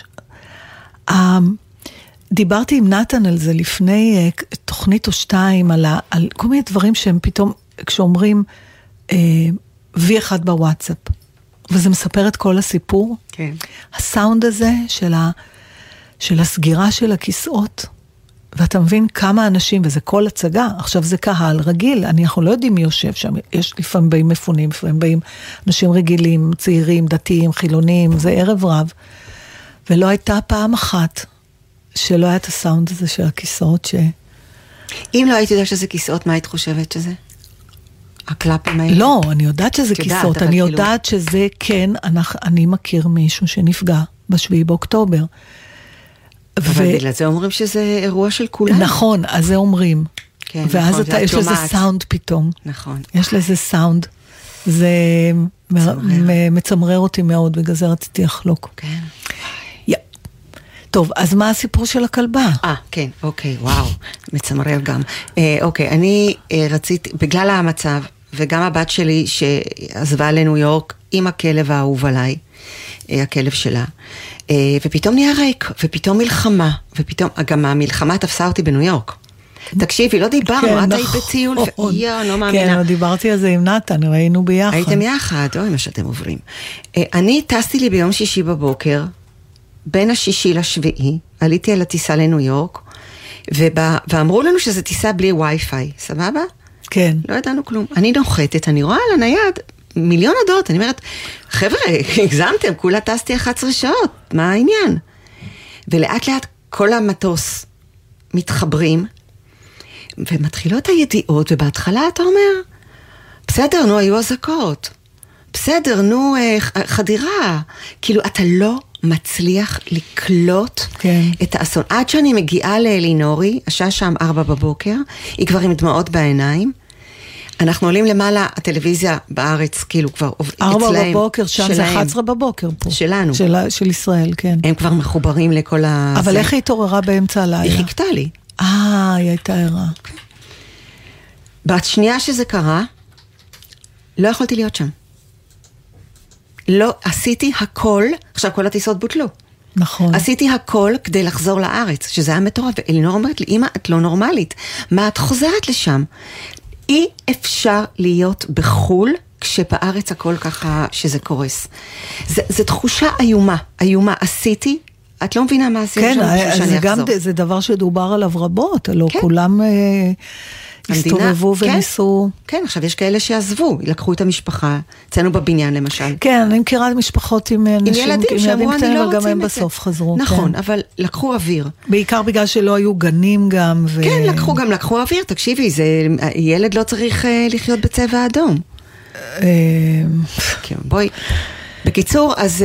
דיברתי עם נתן על זה לפני תוכנית או שתיים, על, ה, על כל מיני דברים שהם פתאום, כשאומרים וי אחד בוואטסאפ, וזה מספר את כל הסיפור. כן. הסאונד הזה של, ה, של הסגירה של הכיסאות, ואתה מבין כמה אנשים, וזה כל הצגה, עכשיו זה קהל רגיל, אנחנו לא יודעים מי יושב שם, יש לפעמים באים מפונים, לפעמים באים אנשים רגילים, צעירים, דתיים, חילונים, זה ערב רב, ולא הייתה פעם אחת שלא היה את הסאונד הזה של הכיסאות ש... אם לא הייתי יודעת שזה כיסאות, מה היית חושבת שזה? הקלאפים האלה? לא, אני יודעת שזה כיסאות, אני יודעת שזה כן, אני מכיר מישהו שנפגע בשביעי באוקטובר. אבל בגלל זה אומרים שזה אירוע של כולם. נכון, אז זה אומרים. ואז יש לזה סאונד פתאום. נכון. יש לזה סאונד. זה מצמרר אותי מאוד, בגלל זה רציתי לחלוק. כן. טוב, אז מה הסיפור של הכלבה? אה, כן, אוקיי, וואו, מצמרר גם. אוקיי, אני רציתי, בגלל המצב, וגם הבת שלי שעזבה לניו יורק עם הכלב האהוב עליי, הכלב שלה, ופתאום נהיה ריק, ופתאום מלחמה, ופתאום, גם המלחמה תפסה אותי בניו יורק. תקשיבי, לא דיברנו, את היית בטיול, ויו, לא מאמינה. כן, לא דיברתי על זה עם נתן, ראינו ביחד. הייתם יחד, אוי, מה שאתם עוברים. אני טסתי לי ביום שישי בבוקר, בין השישי לשביעי, עליתי על הטיסה לניו יורק, ואמרו לנו שזה טיסה בלי וי-פיי, סבבה? כן. לא ידענו כלום. אני נוחתת, אני רואה על הנייד, מיליון הודעות, אני אומרת, חבר'ה, הגזמתם, כולה טסתי אחת עשרה שעות, מה העניין? ולאט לאט כל המטוס מתחברים, ומתחילות הידיעות, ובהתחלה אתה אומר, בסדר, נו, היו הזקות. בסדר, נו, חדירה. כאילו, אתה לא מצליח לקלוט כן. את האסון. עד שאני מגיעה לאלינורי, השעה שם ארבע בבוקר, היא כבר עם דמעות בעיניים, אנחנו עולים למעלה, הטלוויזיה בארץ, כאילו כבר אצלהם. ארבע בבוקר, שם זה אחת עשרה בבוקר פה. שלנו. של, של ישראל, כן. הם כבר מחוברים לכל ה... אבל זה. איך היא התעוררה באמצע הלילה? היא חיכתה לי. אה, היא הייתה ערה. בשנייה שזה קרה, לא יכולתי להיות שם. לא, עשיתי הכל, עכשיו כל הטיסות בוטלו. נכון. עשיתי הכל כדי לחזור לארץ, שזה היה מטורף, ואלינור אומרת לי, אמא, את לא נורמלית, מה את חוזרת לשם? אי אפשר להיות בחול, כשבארץ הכל ככה, שזה קורס. זה, זה תחושה איומה, איומה, עשיתי, את לא מבינה מה עשיתי כן, שם, בשביל שאני זה אחזור. גם, זה דבר שדובר עליו רבות, הלוא כן. כולם... הסתובבו וניסו... כן, עכשיו יש כאלה שעזבו, לקחו את המשפחה, אצלנו בבניין למשל. כן, אני מכירה משפחות עם אנשים, עם ילדים שאמרו אני לא רוצים את זה. וגם הם בסוף חזרו. נכון, אבל לקחו אוויר. בעיקר בגלל שלא היו גנים גם. כן, לקחו גם, לקחו אוויר, תקשיבי, ילד לא צריך לחיות בצבע אדום. כן, בואי. בקיצור, אז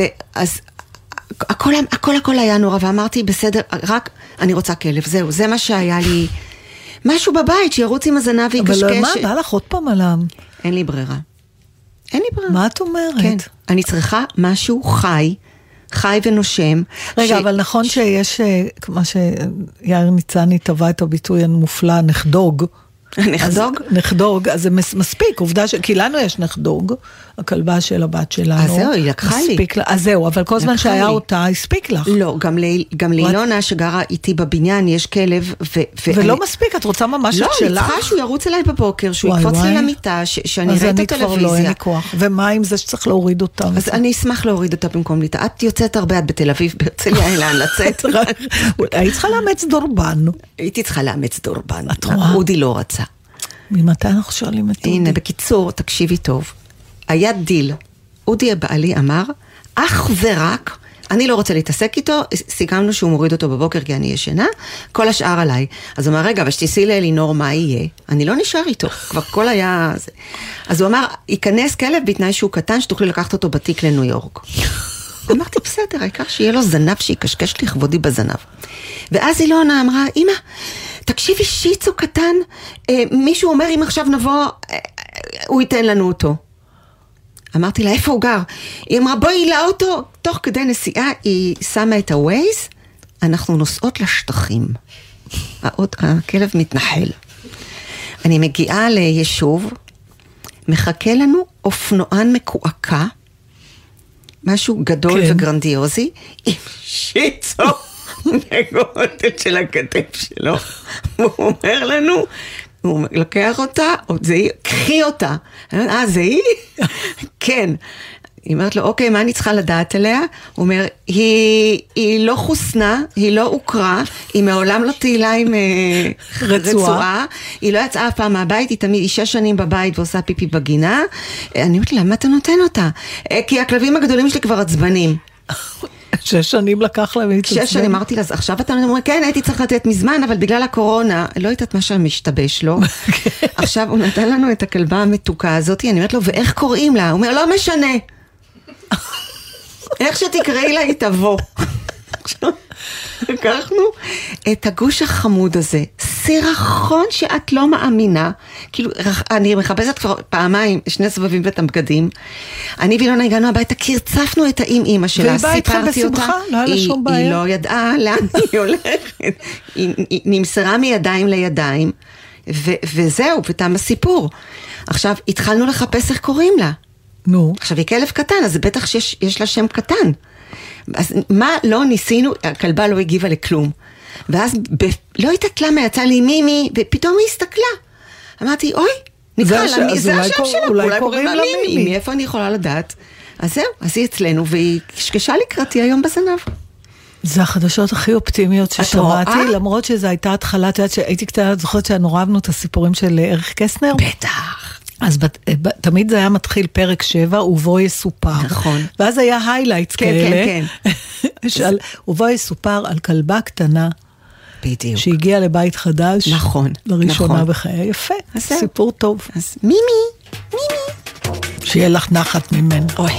הכל הכל היה נורא, ואמרתי, בסדר, רק אני רוצה כלב, זהו, זה מה שהיה לי... משהו בבית, שירוץ עם הזנב ויקשקש. אבל מה, בא לך עוד פעם עליו? אין לי ברירה. אין לי ברירה. מה את אומרת? כן. אני צריכה משהו חי, חי ונושם. רגע, אבל נכון שיש, מה שיאיר ניצני טבע את הביטוי המופלא, נחדוג. נחדוג? נחדוג, אז זה מספיק, עובדה ש... כי לנו יש נחדוג, הכלבה של הבת שלנו. אז זהו, היא לקחה לי. אז זהו, אבל כל זמן שהיה אותה, הספיק לך. לא, גם לאילונה שגרה איתי בבניין, יש כלב, ולא מספיק, את רוצה ממש את שלך? לא, אני צריכה שהוא ירוץ אליי בבוקר, שהוא יקפוץ לי למיטה, שאני אראה את הטלוויזיה. אז אני כבר לא, אין לי כוח. ומה עם זה שצריך להוריד אותה? אז אני אשמח להוריד אותה במקום ליטה. את יוצאת הרבה, את בתל אביב, בהרצליה, אין לאן לצאת. היית צריכה לאמץ דורבן. הייתי צריכה לאמץ דורבן. את רואה? אודי לא רצה. ממתי אנחנו שואלים את אודי? הנה, בקיצור, תקשיבי טוב. היה דיל. אודי הבעלי אמר, אך ורק, אני לא רוצה להתעסק איתו, סיכמנו שהוא מוריד אותו בבוקר כי אני ישנה, כל השאר עליי. אז הוא אמר, רגע, אבל שתיסי לאלינור, מה יהיה? אני לא נשאר איתו, כבר כל היה... אז הוא אמר, ייכנס כלב בתנאי שהוא קטן, שתוכלי לקחת אותו בתיק לניו יורק. אמרתי, בסדר, העיקר שיהיה לו זנב, שיקשקש לכבודי בזנב. ואז אילונה אמרה, אמא, תקשיבי, שיצו קטן, אה, מישהו אומר, אם עכשיו נבוא, אה, הוא ייתן לנו אותו. אמרתי לה, איפה הוא גר? היא אמרה, בואי לאוטו. תוך כדי נסיעה, היא שמה את הווייז, אנחנו נוסעות לשטחים. האות, הכלב מתנחל. אני מגיעה לישוב, מחכה לנו אופנוען מקועקע, משהו גדול כן. וגרנדיוזי, עם שיצו בגודל של הכתף שלו. הוא אומר לנו, הוא לוקח אותה, זה היא, קחי אותה. אה, זה היא? כן. היא אומרת לו, אוקיי, מה אני צריכה לדעת עליה? הוא אומר, היא, היא לא חוסנה, היא לא הוקרה, היא מעולם לא תהילה עם רצועה. רצועה, היא לא יצאה אף פעם מהבית, היא תמיד, היא שש שנים בבית ועושה פיפי בגינה. אני אומרת לה, מה אתה נותן אותה? כי הכלבים הגדולים שלי כבר עצבנים. שש שנים לקח להם להתעצבן. שש שנים, אמרתי לה, עכשיו אתה אומר, כן, הייתי צריך לתת מזמן, אבל בגלל הקורונה, לא יודעת מה שם משתבש לו. עכשיו הוא נתן לנו את הכלבה המתוקה הזאת, אני אומרת לו, ואיך קוראים לה? הוא אומר, לא משנה. איך שתקראי לה, היא תבוא. לקחנו את הגוש החמוד הזה, סירחון שאת לא מאמינה, כאילו, אני מחפשת כבר פעמיים, שני סבבים ואת הבגדים, אני ואילונה הגענו הביתה, קרצפנו את האם אימא שלה, סיפרתי אותה, לא היה לה שום בעיה. היא לא ידעה לאן היא הולכת, היא, היא נמסרה מידיים לידיים, ו, וזהו, ותם הסיפור. עכשיו, התחלנו לחפש איך קוראים לה. נו. עכשיו, היא כלב קטן, אז בטח שיש יש לה שם קטן. אז מה לא ניסינו, הכלבה לא הגיבה לכלום. ואז ב, לא יודעת למה יצא לי מימי, ופתאום היא הסתכלה. אמרתי, אוי, נקרא לה, מי זה השם שלה, אולי קוראים לה מימי, מאיפה אני יכולה לדעת? אז זהו, אז היא אצלנו, והיא קשקשה לקראתי היום בזנב. זה החדשות הכי אופטימיות ששמעתי, למרות שזו הייתה התחלה, את יודעת שהייתי קטנה, זוכרת שאנו רבנו את הסיפורים של ערך קסנר? בטח. אז בת, תמיד זה היה מתחיל פרק שבע, ובו יסופר. נכון. ואז היה היילייטס כן, כאלה. כן, כן. שעל, ובו יסופר על כלבה קטנה. בדיוק. שהגיעה לבית חדש. נכון. לראשונה נכון. בחיי. יפה. אז סיפור טוב. אז מימי, מימי. שיהיה לך נחת ממנו. אוי.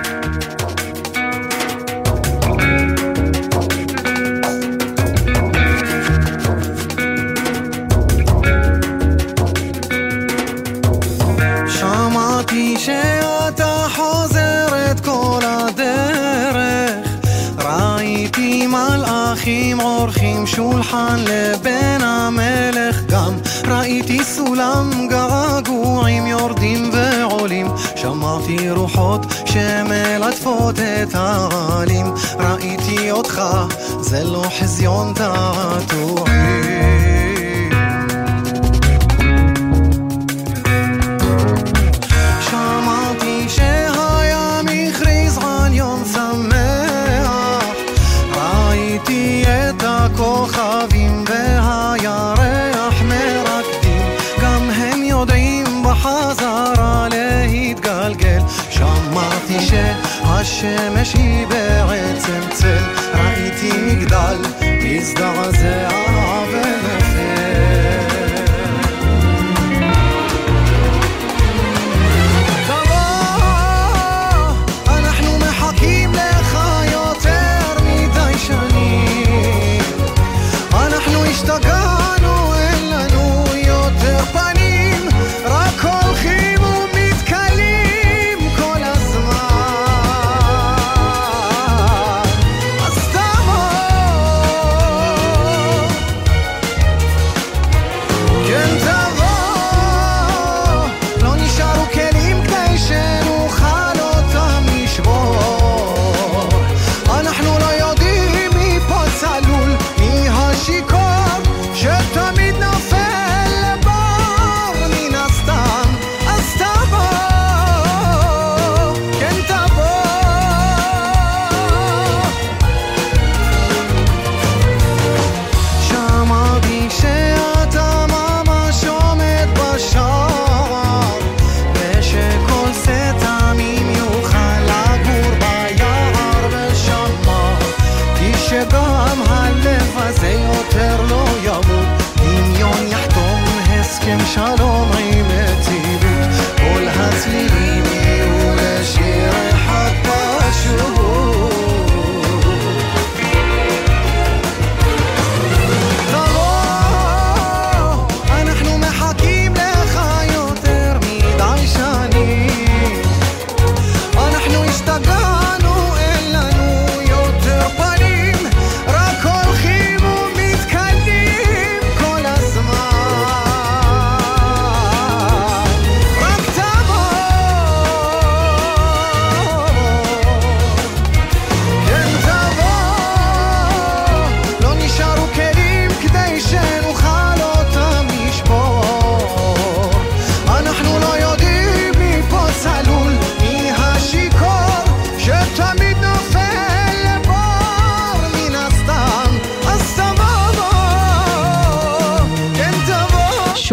שמעתי שאתה חוזרת כל הדרך, ראיתי מלאכים עורכים שולחן לבן המלך, גם ראיתי סולם געגועים יורדים ועולים, שמעתי רוחות שמלטפות את העלים, ראיתי אותך, זה לא חזיון תעתועים. כוכבים והירח מרקדים, גם הם יודעים בחזרה להתגלגל. שמעתי שהשמש היא בעצם צל, ראיתי מגדל מזדעזע ונופל. תבוא, אנחנו מחכים לך יותר מדי שנים, השתגענו, אין לנו יותר פנים, רק הולכים ומתקלים כל הזמן. אז תבוא,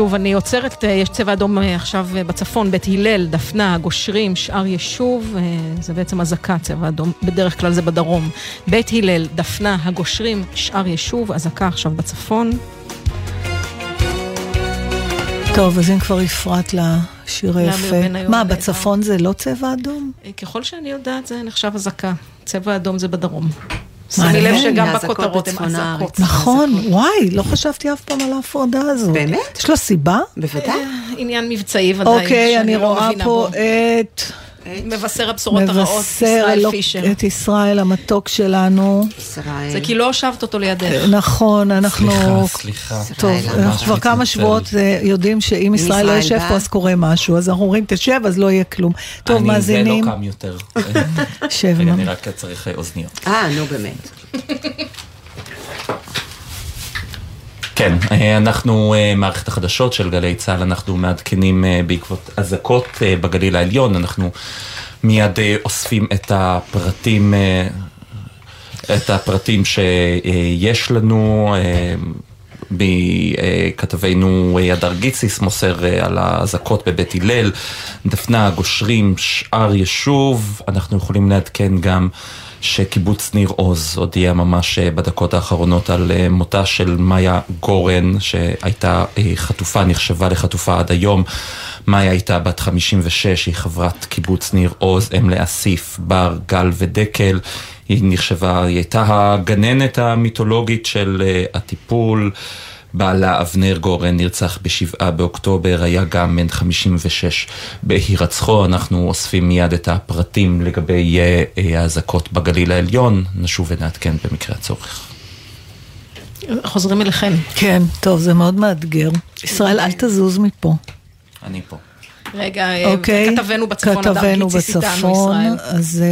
שוב, אני עוצרת, יש צבע אדום עכשיו בצפון, בית הלל, דפנה, גושרים, שאר יישוב, זה בעצם הזקה, צבע אדום, בדרך כלל זה בדרום. בית הלל, דפנה, הגושרים, שאר יישוב, הזקה עכשיו בצפון. טוב, אז אם כבר הפרט לשיר היפה. מה, בצפון זה לא צבע אדום? ככל שאני יודעת, זה נחשב הזקה. צבע אדום זה בדרום. שימי לב שגם בכותרות הם הזקות. נכון, וואי, לא חשבתי אף פעם על ההפרדה הזאת. באמת? יש לו סיבה? בוודאי. עניין מבצעי ודאי. אוקיי, אני רואה פה את... מבשר הבשורות הרעות, ישראל פישר. את ישראל, המתוק שלנו. ישראל. זה כי לא הושבת אותו לידך. נכון, אנחנו... סליחה, סליחה. טוב, אנחנו כבר כמה שבועות יודעים שאם ישראל לא יושב פה אז קורה משהו, אז אנחנו אומרים תשב, אז לא יהיה כלום. טוב, מאזינים. אני זה לא קם יותר. שב. אני רק צריך אוזניות. אה, נו באמת. כן, אנחנו, מערכת החדשות של גלי צהל, אנחנו מעדכנים בעקבות אזעקות בגליל העליון, אנחנו מיד אוספים את הפרטים, את הפרטים שיש לנו, בכתבנו הדר גיציס מוסר על האזעקות בבית הלל, דפנה, גושרים, שאר יישוב, אנחנו יכולים לעדכן גם שקיבוץ ניר עוז הודיע ממש בדקות האחרונות על מותה של מאיה גורן, שהייתה חטופה, נחשבה לחטופה עד היום. מאיה הייתה בת חמישים ושש, היא חברת קיבוץ ניר עוז, אם לאסיף, בר, גל ודקל. היא נחשבה, היא הייתה הגננת המיתולוגית של הטיפול. בעלה אבנר גורן נרצח בשבעה באוקטובר, היה גם בן חמישים ושש בהירצחו. אנחנו אוספים מיד את הפרטים לגבי האזעקות בגליל העליון, נשוב ונעדכן במקרה הצורך. חוזרים אליכם. כן, טוב, זה מאוד מאתגר. ישראל, אל תזוז מפה. אני פה. רגע, כתבנו בצפון, אדר גיציס איתנו, ישראל. אז...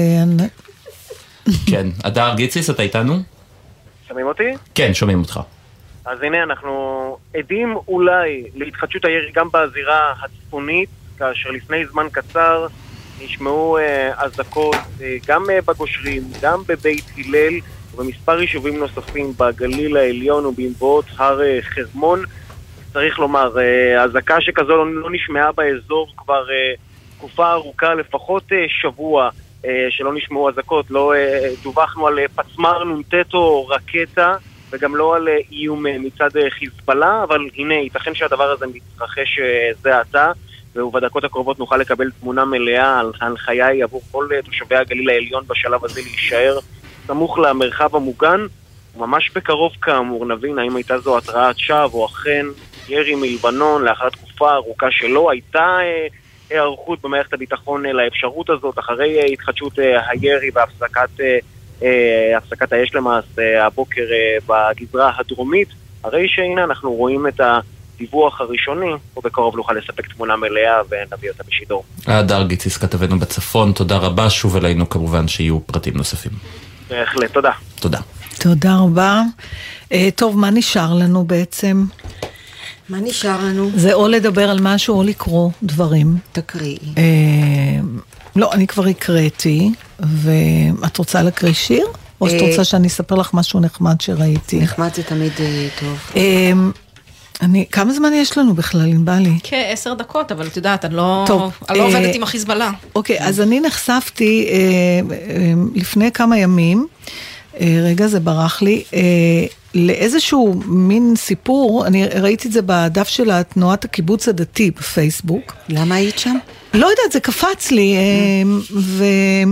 כן, אדר גיציס, אתה איתנו? שומעים אותי? כן, שומעים אותך. אז הנה אנחנו עדים אולי להתחדשות הירי גם בזירה הצפונית, כאשר לפני זמן קצר נשמעו אזעקות uh, uh, גם uh, בגושרים, גם בבית הלל ובמספר יישובים נוספים בגליל העליון ובמבואות הר uh, חרמון. צריך לומר, אזעקה uh, שכזו לא, לא נשמעה באזור כבר uh, תקופה ארוכה, לפחות uh, שבוע uh, שלא נשמעו אזעקות, לא uh, דווחנו על uh, פצמר נונטט או רקטה, וגם לא על איום מצד חיזבאללה, אבל הנה, ייתכן שהדבר הזה מתרחש זה עתה, ובדקות הקרובות נוכל לקבל תמונה מלאה על ההנחיה עבור כל תושבי הגליל העליון בשלב הזה להישאר סמוך למרחב המוגן, וממש בקרוב כאמור נבין האם הייתה זו התרעת שווא או אכן ירי מלבנון לאחר תקופה ארוכה שלא הייתה הערכות במערכת הביטחון לאפשרות הזאת, אחרי התחדשות הירי והפסקת הפסקת האש למעשה הבוקר בגזרה הדרומית. הרי שהנה אנחנו רואים את הדיווח הראשוני, ובקרוב נוכל לספק תמונה מלאה ונביא אותה בשידור. הדר גיציס כתבנו בצפון, תודה רבה, שוב אלינו כמובן שיהיו פרטים נוספים. בהחלט, תודה. תודה. תודה רבה. טוב, מה נשאר לנו בעצם? מה נשאר לנו? זה או לדבר על משהו או לקרוא דברים. תקריאי. לא, אני כבר הקראתי, ואת רוצה להקריא שיר? או שאת רוצה שאני אספר לך משהו נחמד שראיתי? נחמד זה תמיד טוב. אני, כמה זמן יש לנו בכלל, אם בא לי? כעשר דקות, אבל את יודעת, אני לא, אני לא עובדת עם החיזבאללה. אוקיי, אז אני נחשפתי לפני כמה ימים, רגע זה ברח לי, לאיזשהו מין סיפור, אני ראיתי את זה בדף של התנועת הקיבוץ הדתי בפייסבוק. למה היית שם? לא יודעת, זה קפץ לי, ו...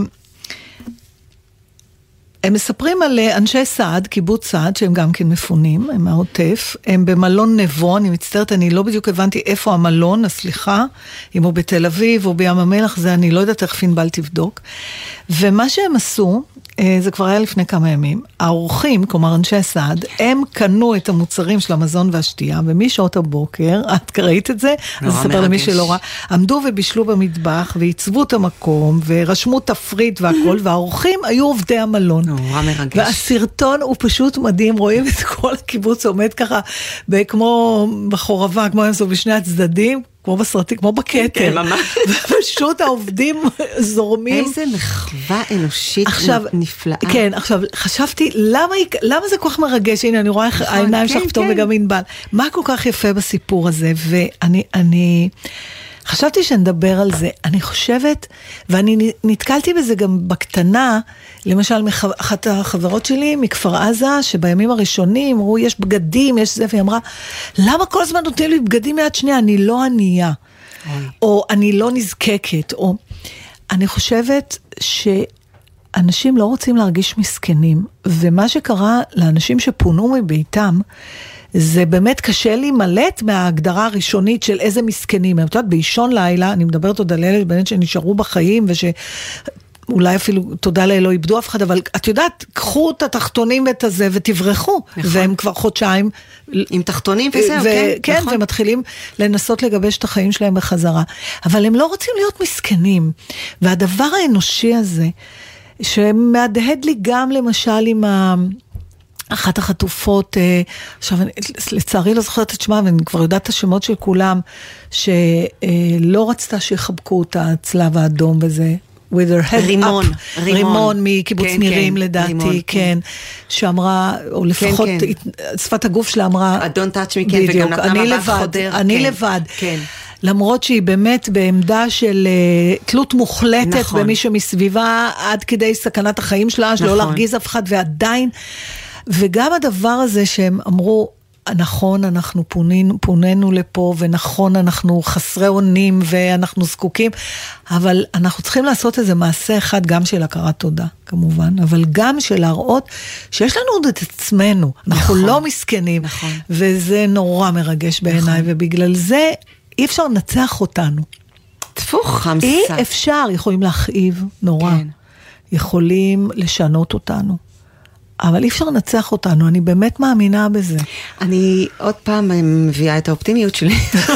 הם מספרים על אנשי סעד, קיבוץ סעד, שהם גם כן מפונים, הם מהעוטף, הם במלון נבו, אני מצטערת, אני לא בדיוק הבנתי איפה המלון, הסליחה, אם הוא בתל אביב או בים המלח, זה אני לא יודעת איך פינבל תבדוק, ומה שהם עשו, זה כבר היה לפני כמה ימים, האורחים, כלומר אנשי סעד, הם קנו את המוצרים של המזון והשתייה, ומשעות הבוקר, את ראית את זה? אז אספר למי שלא ראה, עמדו ובישלו במטבח, ועיצבו את המקום, ורשמו תפריט והכל, והאורחים היו עובדי המלון. נורא מרגש. והסרטון הוא פשוט מדהים, רואים את כל הקיבוץ עומד ככה, כמו בחורבה, כמו הם זו בשני הצדדים, כמו בסרטים, כמו בקטר. פשוט העובדים זורמים. איזה מחווה אנושית נפלאה. כן, עכשיו, חשבתי, למה זה כל כך מרגש? הנה, אני רואה איך העיניים שלך פתאום וגם ענבל. מה כל כך יפה בסיפור הזה? ואני... חשבתי שנדבר על זה, אני חושבת, ואני נתקלתי בזה גם בקטנה, למשל אחת החברות שלי מכפר עזה, שבימים הראשונים אמרו, יש בגדים, יש זה, והיא אמרה, למה כל הזמן נותנים לי בגדים מיד שנייה? אני לא ענייה, או אני לא נזקקת, או אני חושבת שאנשים לא רוצים להרגיש מסכנים, ומה שקרה לאנשים שפונו מביתם, זה באמת קשה לי מלט מההגדרה הראשונית של איזה מסכנים. את יודעת, באישון לילה, אני מדברת עוד על אלה באמת שנשארו בחיים, ושאולי אפילו, תודה לאל, לא איבדו אף אחד, אבל את יודעת, קחו את התחתונים ואת הזה ותברחו, נכון. והם כבר חודשיים. עם תחתונים וזהו, כן. כן, נכון. ומתחילים לנסות לגבש את החיים שלהם בחזרה. אבל הם לא רוצים להיות מסכנים. והדבר האנושי הזה, שמהדהד לי גם למשל עם ה... אחת החטופות, עכשיו, לצערי לא זוכרת את שמה, ואני כבר יודעת את השמות של כולם, שלא רצתה שיחבקו את הצלב האדום וזה, with her head רימון, up, רימון, רימון מקיבוץ כן, נירים כן, לדעתי, רימון, כן, כן, שאמרה, או לפחות, כן, כן. שפת הגוף שלה אמרה, don't touch me, כן, וגם נתנה מבט חודר, אני כן, לבד, כן. למרות שהיא באמת בעמדה של uh, תלות מוחלטת נכון. במי שמסביבה, עד כדי סכנת החיים שלה, נכון. שלא להרגיז אף אחד, ועדיין, וגם הדבר הזה שהם אמרו, נכון, אנחנו פונינו, פוננו לפה, ונכון, אנחנו חסרי אונים, ואנחנו זקוקים, אבל אנחנו צריכים לעשות איזה מעשה אחד, גם של הכרת תודה, כמובן, אבל גם של להראות שיש לנו עוד את עצמנו, אנחנו נכון, לא מסכנים, נכון. וזה נורא מרגש בעיניי, נכון. ובגלל זה אי אפשר לנצח אותנו. תפוך חמסה. אי אפשר, יכולים להכאיב נורא, כן. יכולים לשנות אותנו. אבל אי אפשר לנצח אותנו, אני באמת מאמינה בזה. אני עוד פעם מביאה את האופטימיות שלי.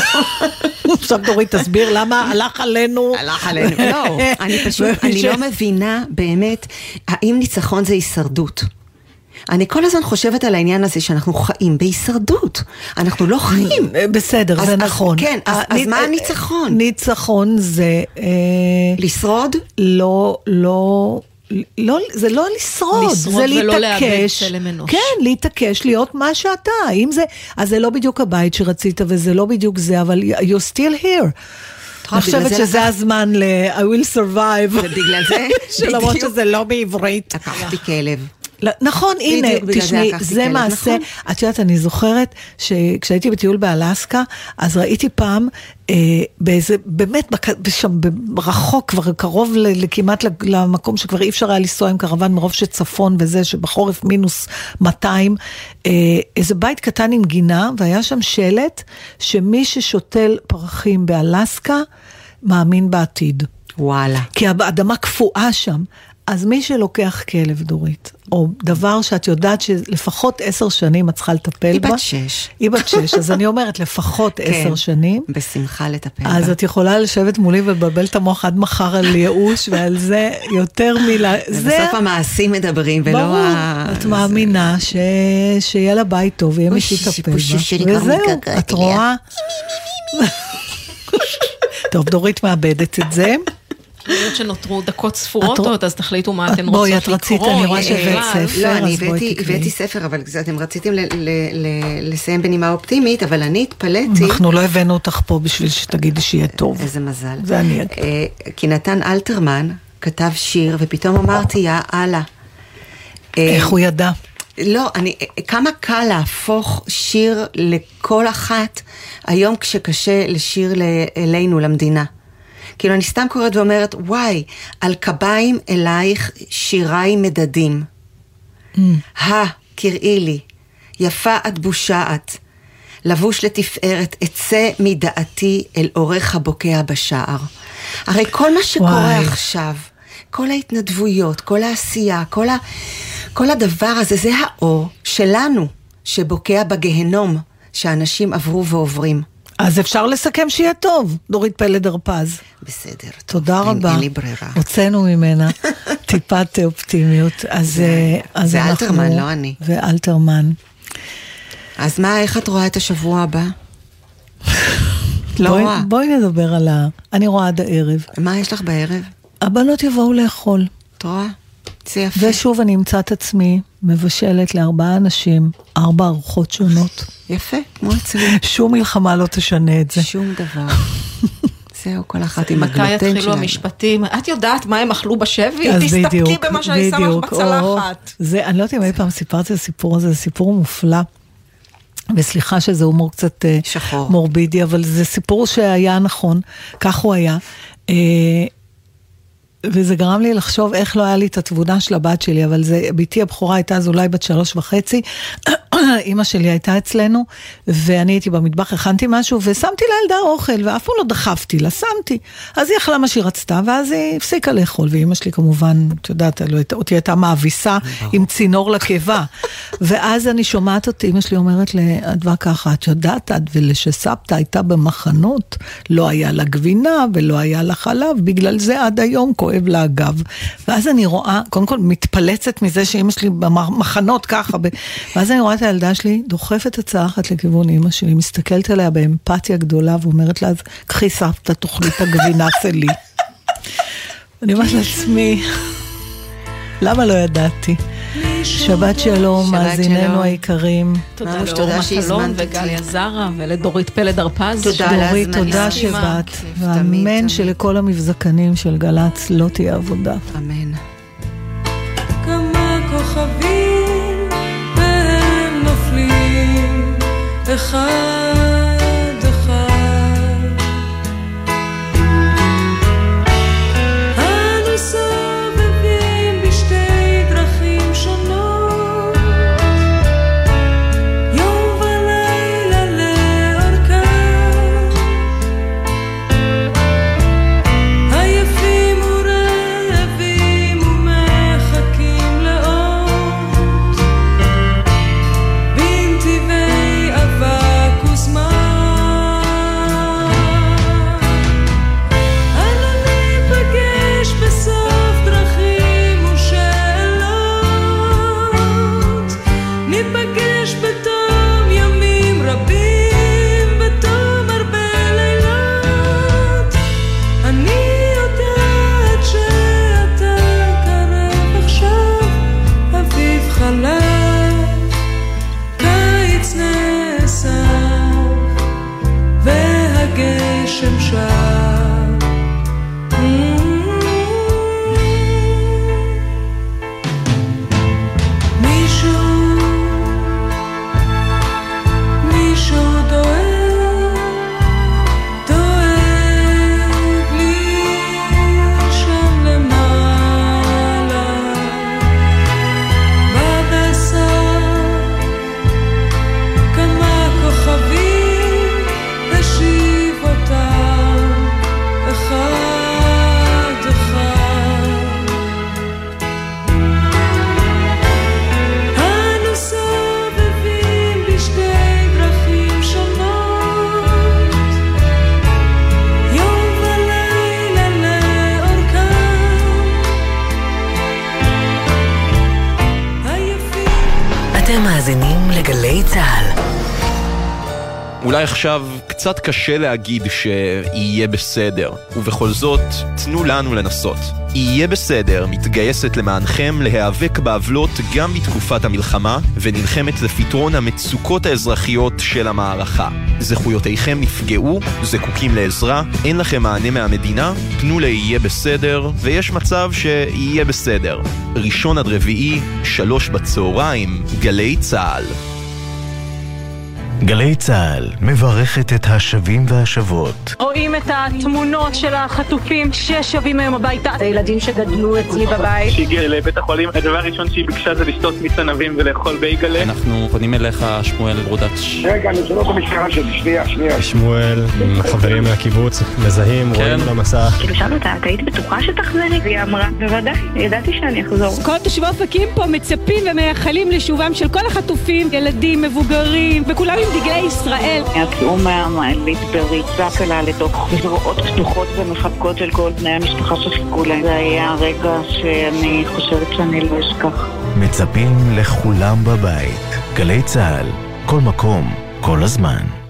עכשיו דורית, תסביר למה הלך עלינו. הלך עלינו. לא, אני פשוט, אני לא מבינה באמת, האם ניצחון זה הישרדות. אני כל הזמן חושבת על העניין הזה שאנחנו חיים בהישרדות. אנחנו לא חיים. בסדר, זה נכון. כן, אז מה הניצחון? ניצחון זה... לשרוד? לא, לא... לא, זה לא לשרוד, זה להתעקש, כן, להתעקש, להיות מה שאתה, אם זה, אז זה לא בדיוק הבית שרצית, וזה לא בדיוק זה, אבל you're still here. אני חושבת שזה הזמן ל- I will survive, ובגלל זה, שלמרות שזה לא בעברית. לקחתי כלב. נכון, הנה, תשמעי, זה מעשה, את יודעת, אני זוכרת שכשהייתי בטיול באלסקה, אז ראיתי פעם, באיזה, באמת, שם ברחוק, כבר קרוב לכמעט למקום שכבר אי אפשר היה לנסוע עם קרוון מרוב שצפון וזה, שבחורף מינוס מאתיים, איזה בית קטן עם גינה, והיה שם שלט, שמי ששותל פרחים באלסקה, מאמין בעתיד. וואלה. כי האדמה קפואה שם, אז מי שלוקח כלב דורית, או דבר שאת יודעת שלפחות עשר שנים את צריכה לטפל בה. היא בת שש. היא בת שש, אז אני אומרת לפחות עשר שנים. בשמחה לטפל בה. אז את יכולה לשבת מולי ולבלבל את המוח עד מחר על ייאוש, ועל זה יותר מילה. ובסוף המעשים מדברים, ולא ברור, את מאמינה שיהיה לה בית טוב, ויהיה מי שיטפל בה. וזהו, את רואה. טוב, דורית מאבדת את זה. אני יודעת שנותרו דקות ספורות עוד, אז תחליטו מה אתן בואי, רוצות את רצית, אני רואה שהבאת ספר, לא, אני הבאתי ספר, אבל אתם רציתם לסיים בנימה אופטימית, אבל אני התפלאתי. אנחנו לא הבאנו אותך פה בשביל שתגידי שיהיה טוב. איזה מזל. זה אני אגיד. כי נתן אלתרמן כתב שיר, ופתאום אמרתי, יא אללה. איך הוא ידע? לא, אני, כמה קל להפוך שיר לכל אחת, היום כשקשה לשיר אלינו, למדינה. כאילו אני סתם קוראת ואומרת, וואי, על קביים אלייך שיריי מדדים. Mm. הא, קראי לי, יפה את בושעת, לבוש לתפארת, אצא מדעתי אל אורך הבוקע בשער. הרי כל מה שקורה וואי. עכשיו, כל ההתנדבויות, כל העשייה, כל, ה, כל הדבר הזה, זה האור שלנו, שבוקע בגהנום, שאנשים עברו ועוברים. אז אפשר לסכם שיהיה טוב, דורית פלד הרפז. בסדר. תודה אין, רבה. אין לי ברירה. הוצאנו ממנה טיפת אופטימיות. אז, זה, אז זה אנחנו, אלתרמן, לא אני. ואלתרמן. אז מה, איך את רואה את השבוע הבא? לא בואי, רואה. בואי נדבר על ה... אני רואה עד הערב. מה יש לך בערב? הבנות יבואו לאכול. את רואה? זה יפה. ושוב אני אמצא את עצמי מבשלת לארבעה אנשים, ארבע ארוחות שונות. יפה, כמו אצלי. שום מלחמה לא תשנה את זה. שום דבר. זהו, כל אחת עם הגלוטן מתי שלנו. יתחילו המשפטים? את יודעת מה הם אכלו בשבי? אז תסתפקי בדיוק, במה שאני שמה לך בדיוק. בצלחת. זה, אני לא יודעת אם אי פעם סיפרתי את הסיפור הזה, זה סיפור מופלא. וסליחה שזה הומור קצת אה, שחור. מורבידי, אבל זה סיפור שהיה נכון, כך הוא היה. אה, וזה גרם לי לחשוב איך לא היה לי את התבונה של הבת שלי, אבל זה, ביתי הבכורה הייתה אז אולי בת שלוש וחצי, אמא שלי הייתה אצלנו, ואני הייתי במטבח, הכנתי משהו, ושמתי לילדה אוכל, ואף פעם לא דחפתי לה, שמתי. אז היא אכלה מה שהיא רצתה, ואז היא הפסיקה לאכול, ואמא שלי כמובן, את יודעת, אותי הייתה מאביסה עם צינור לקיבה. ואז אני שומעת אותי, אמא שלי אומרת לאדווה ככה, את יודעת, עד ולשסבתא הייתה במחנות, לא היה לה גבינה, ולא היה לה חלב, בגלל זה עד היום כואב לה הגב. ואז אני רואה, קודם כל מתפלצת מזה שאמא שלי במחנות ככה, ואז אני רואה את הילדה שלי, דוחפת את הצלחת לכיוון אמא שלי, מסתכלת עליה באמפתיה גדולה, ואומרת לה, אז קחי סבתא, תאכלי את הגבינה שלי. אני אומרת לעצמי, למה לא ידעתי? שבת שלום, מאזיננו היקרים. תודה לאור מטלון וגליה זרה ולדורית פלד הרפז. דורית, תודה שבאת. ואמן שלכל המבזקנים של גלץ לא תהיה עבודה. אמן. כמה כוכבים והם נופלים אחד אחד. אנו סובבים בשתי דרכים שונות, יום ולילה לאורכם, עייפים ורעבים ומחכים לאות בנתיבי אבק וזמן. אנו ניפגש בסוף דרכים ושאלות, ניפגש בתום ימים רבים, בתום הרבה לילות. אני יודעת שאתה קרב עכשיו, אביב חלף, קיץ נאסף והגשם שב. מישהו, מישהו דואג, דואג לי שם למעלה, בבשר כמה כוכבים, השיב אותם אחד אחד. אנו סובבים בשתי דרכים שונות, יום ולילה לאורכם, עייפים. אתם מאזינים לגלי צהל. אולי עכשיו קצת קשה להגיד שיהיה בסדר, ובכל זאת תנו לנו לנסות. יהיה בסדר מתגייסת למענכם להיאבק בעוולות גם בתקופת המלחמה, ונלחמת לפתרון המצוקות האזרחיות של המערכה. זכויותיכם נפגעו, זקוקים לעזרה, אין לכם מענה מהמדינה, תנו ליהיה בסדר, ויש מצב שיהיה בסדר. ראשון עד רביעי, שלוש בצהריים, גלי צהל. גלי צהל מברכת את השבים והשבות. רואים את התמונות של החטופים ששבים היום הביתה. הילדים שגדלו אצלי בבית. שהגיעה לבית החולים, הדבר הראשון שהיא ביקשה זה לשתות מיץ ענבים ולאכול בייגלה. אנחנו פונים אליך, שמואל ברודץ'. רגע, אני שואל אותו משפחה שלי, שנייה, שנייה. שמואל, חברים מהקיבוץ, מזהים, רואים למסך. כאילו שאלנו אותה, את היית בטוחה שתחזרי? והיא אמרה, בוודאי, ידעתי שאני אחזור. כל תושבי אופקים פה מצפים ומייחלים לשובם של כל החטופים, ילדים, מבוגרים, וכולם עם דגלי ישראל. יצאו מהמעלית בריצה קלה לתוך זרועות פתוחות ומחבקות של כל בני המשפחה שחיכו להם. זה היה רגע שאני חושבת שאני לא אשכח. מצפים לכולם בבית. גלי צהל, כל מקום, כל הזמן.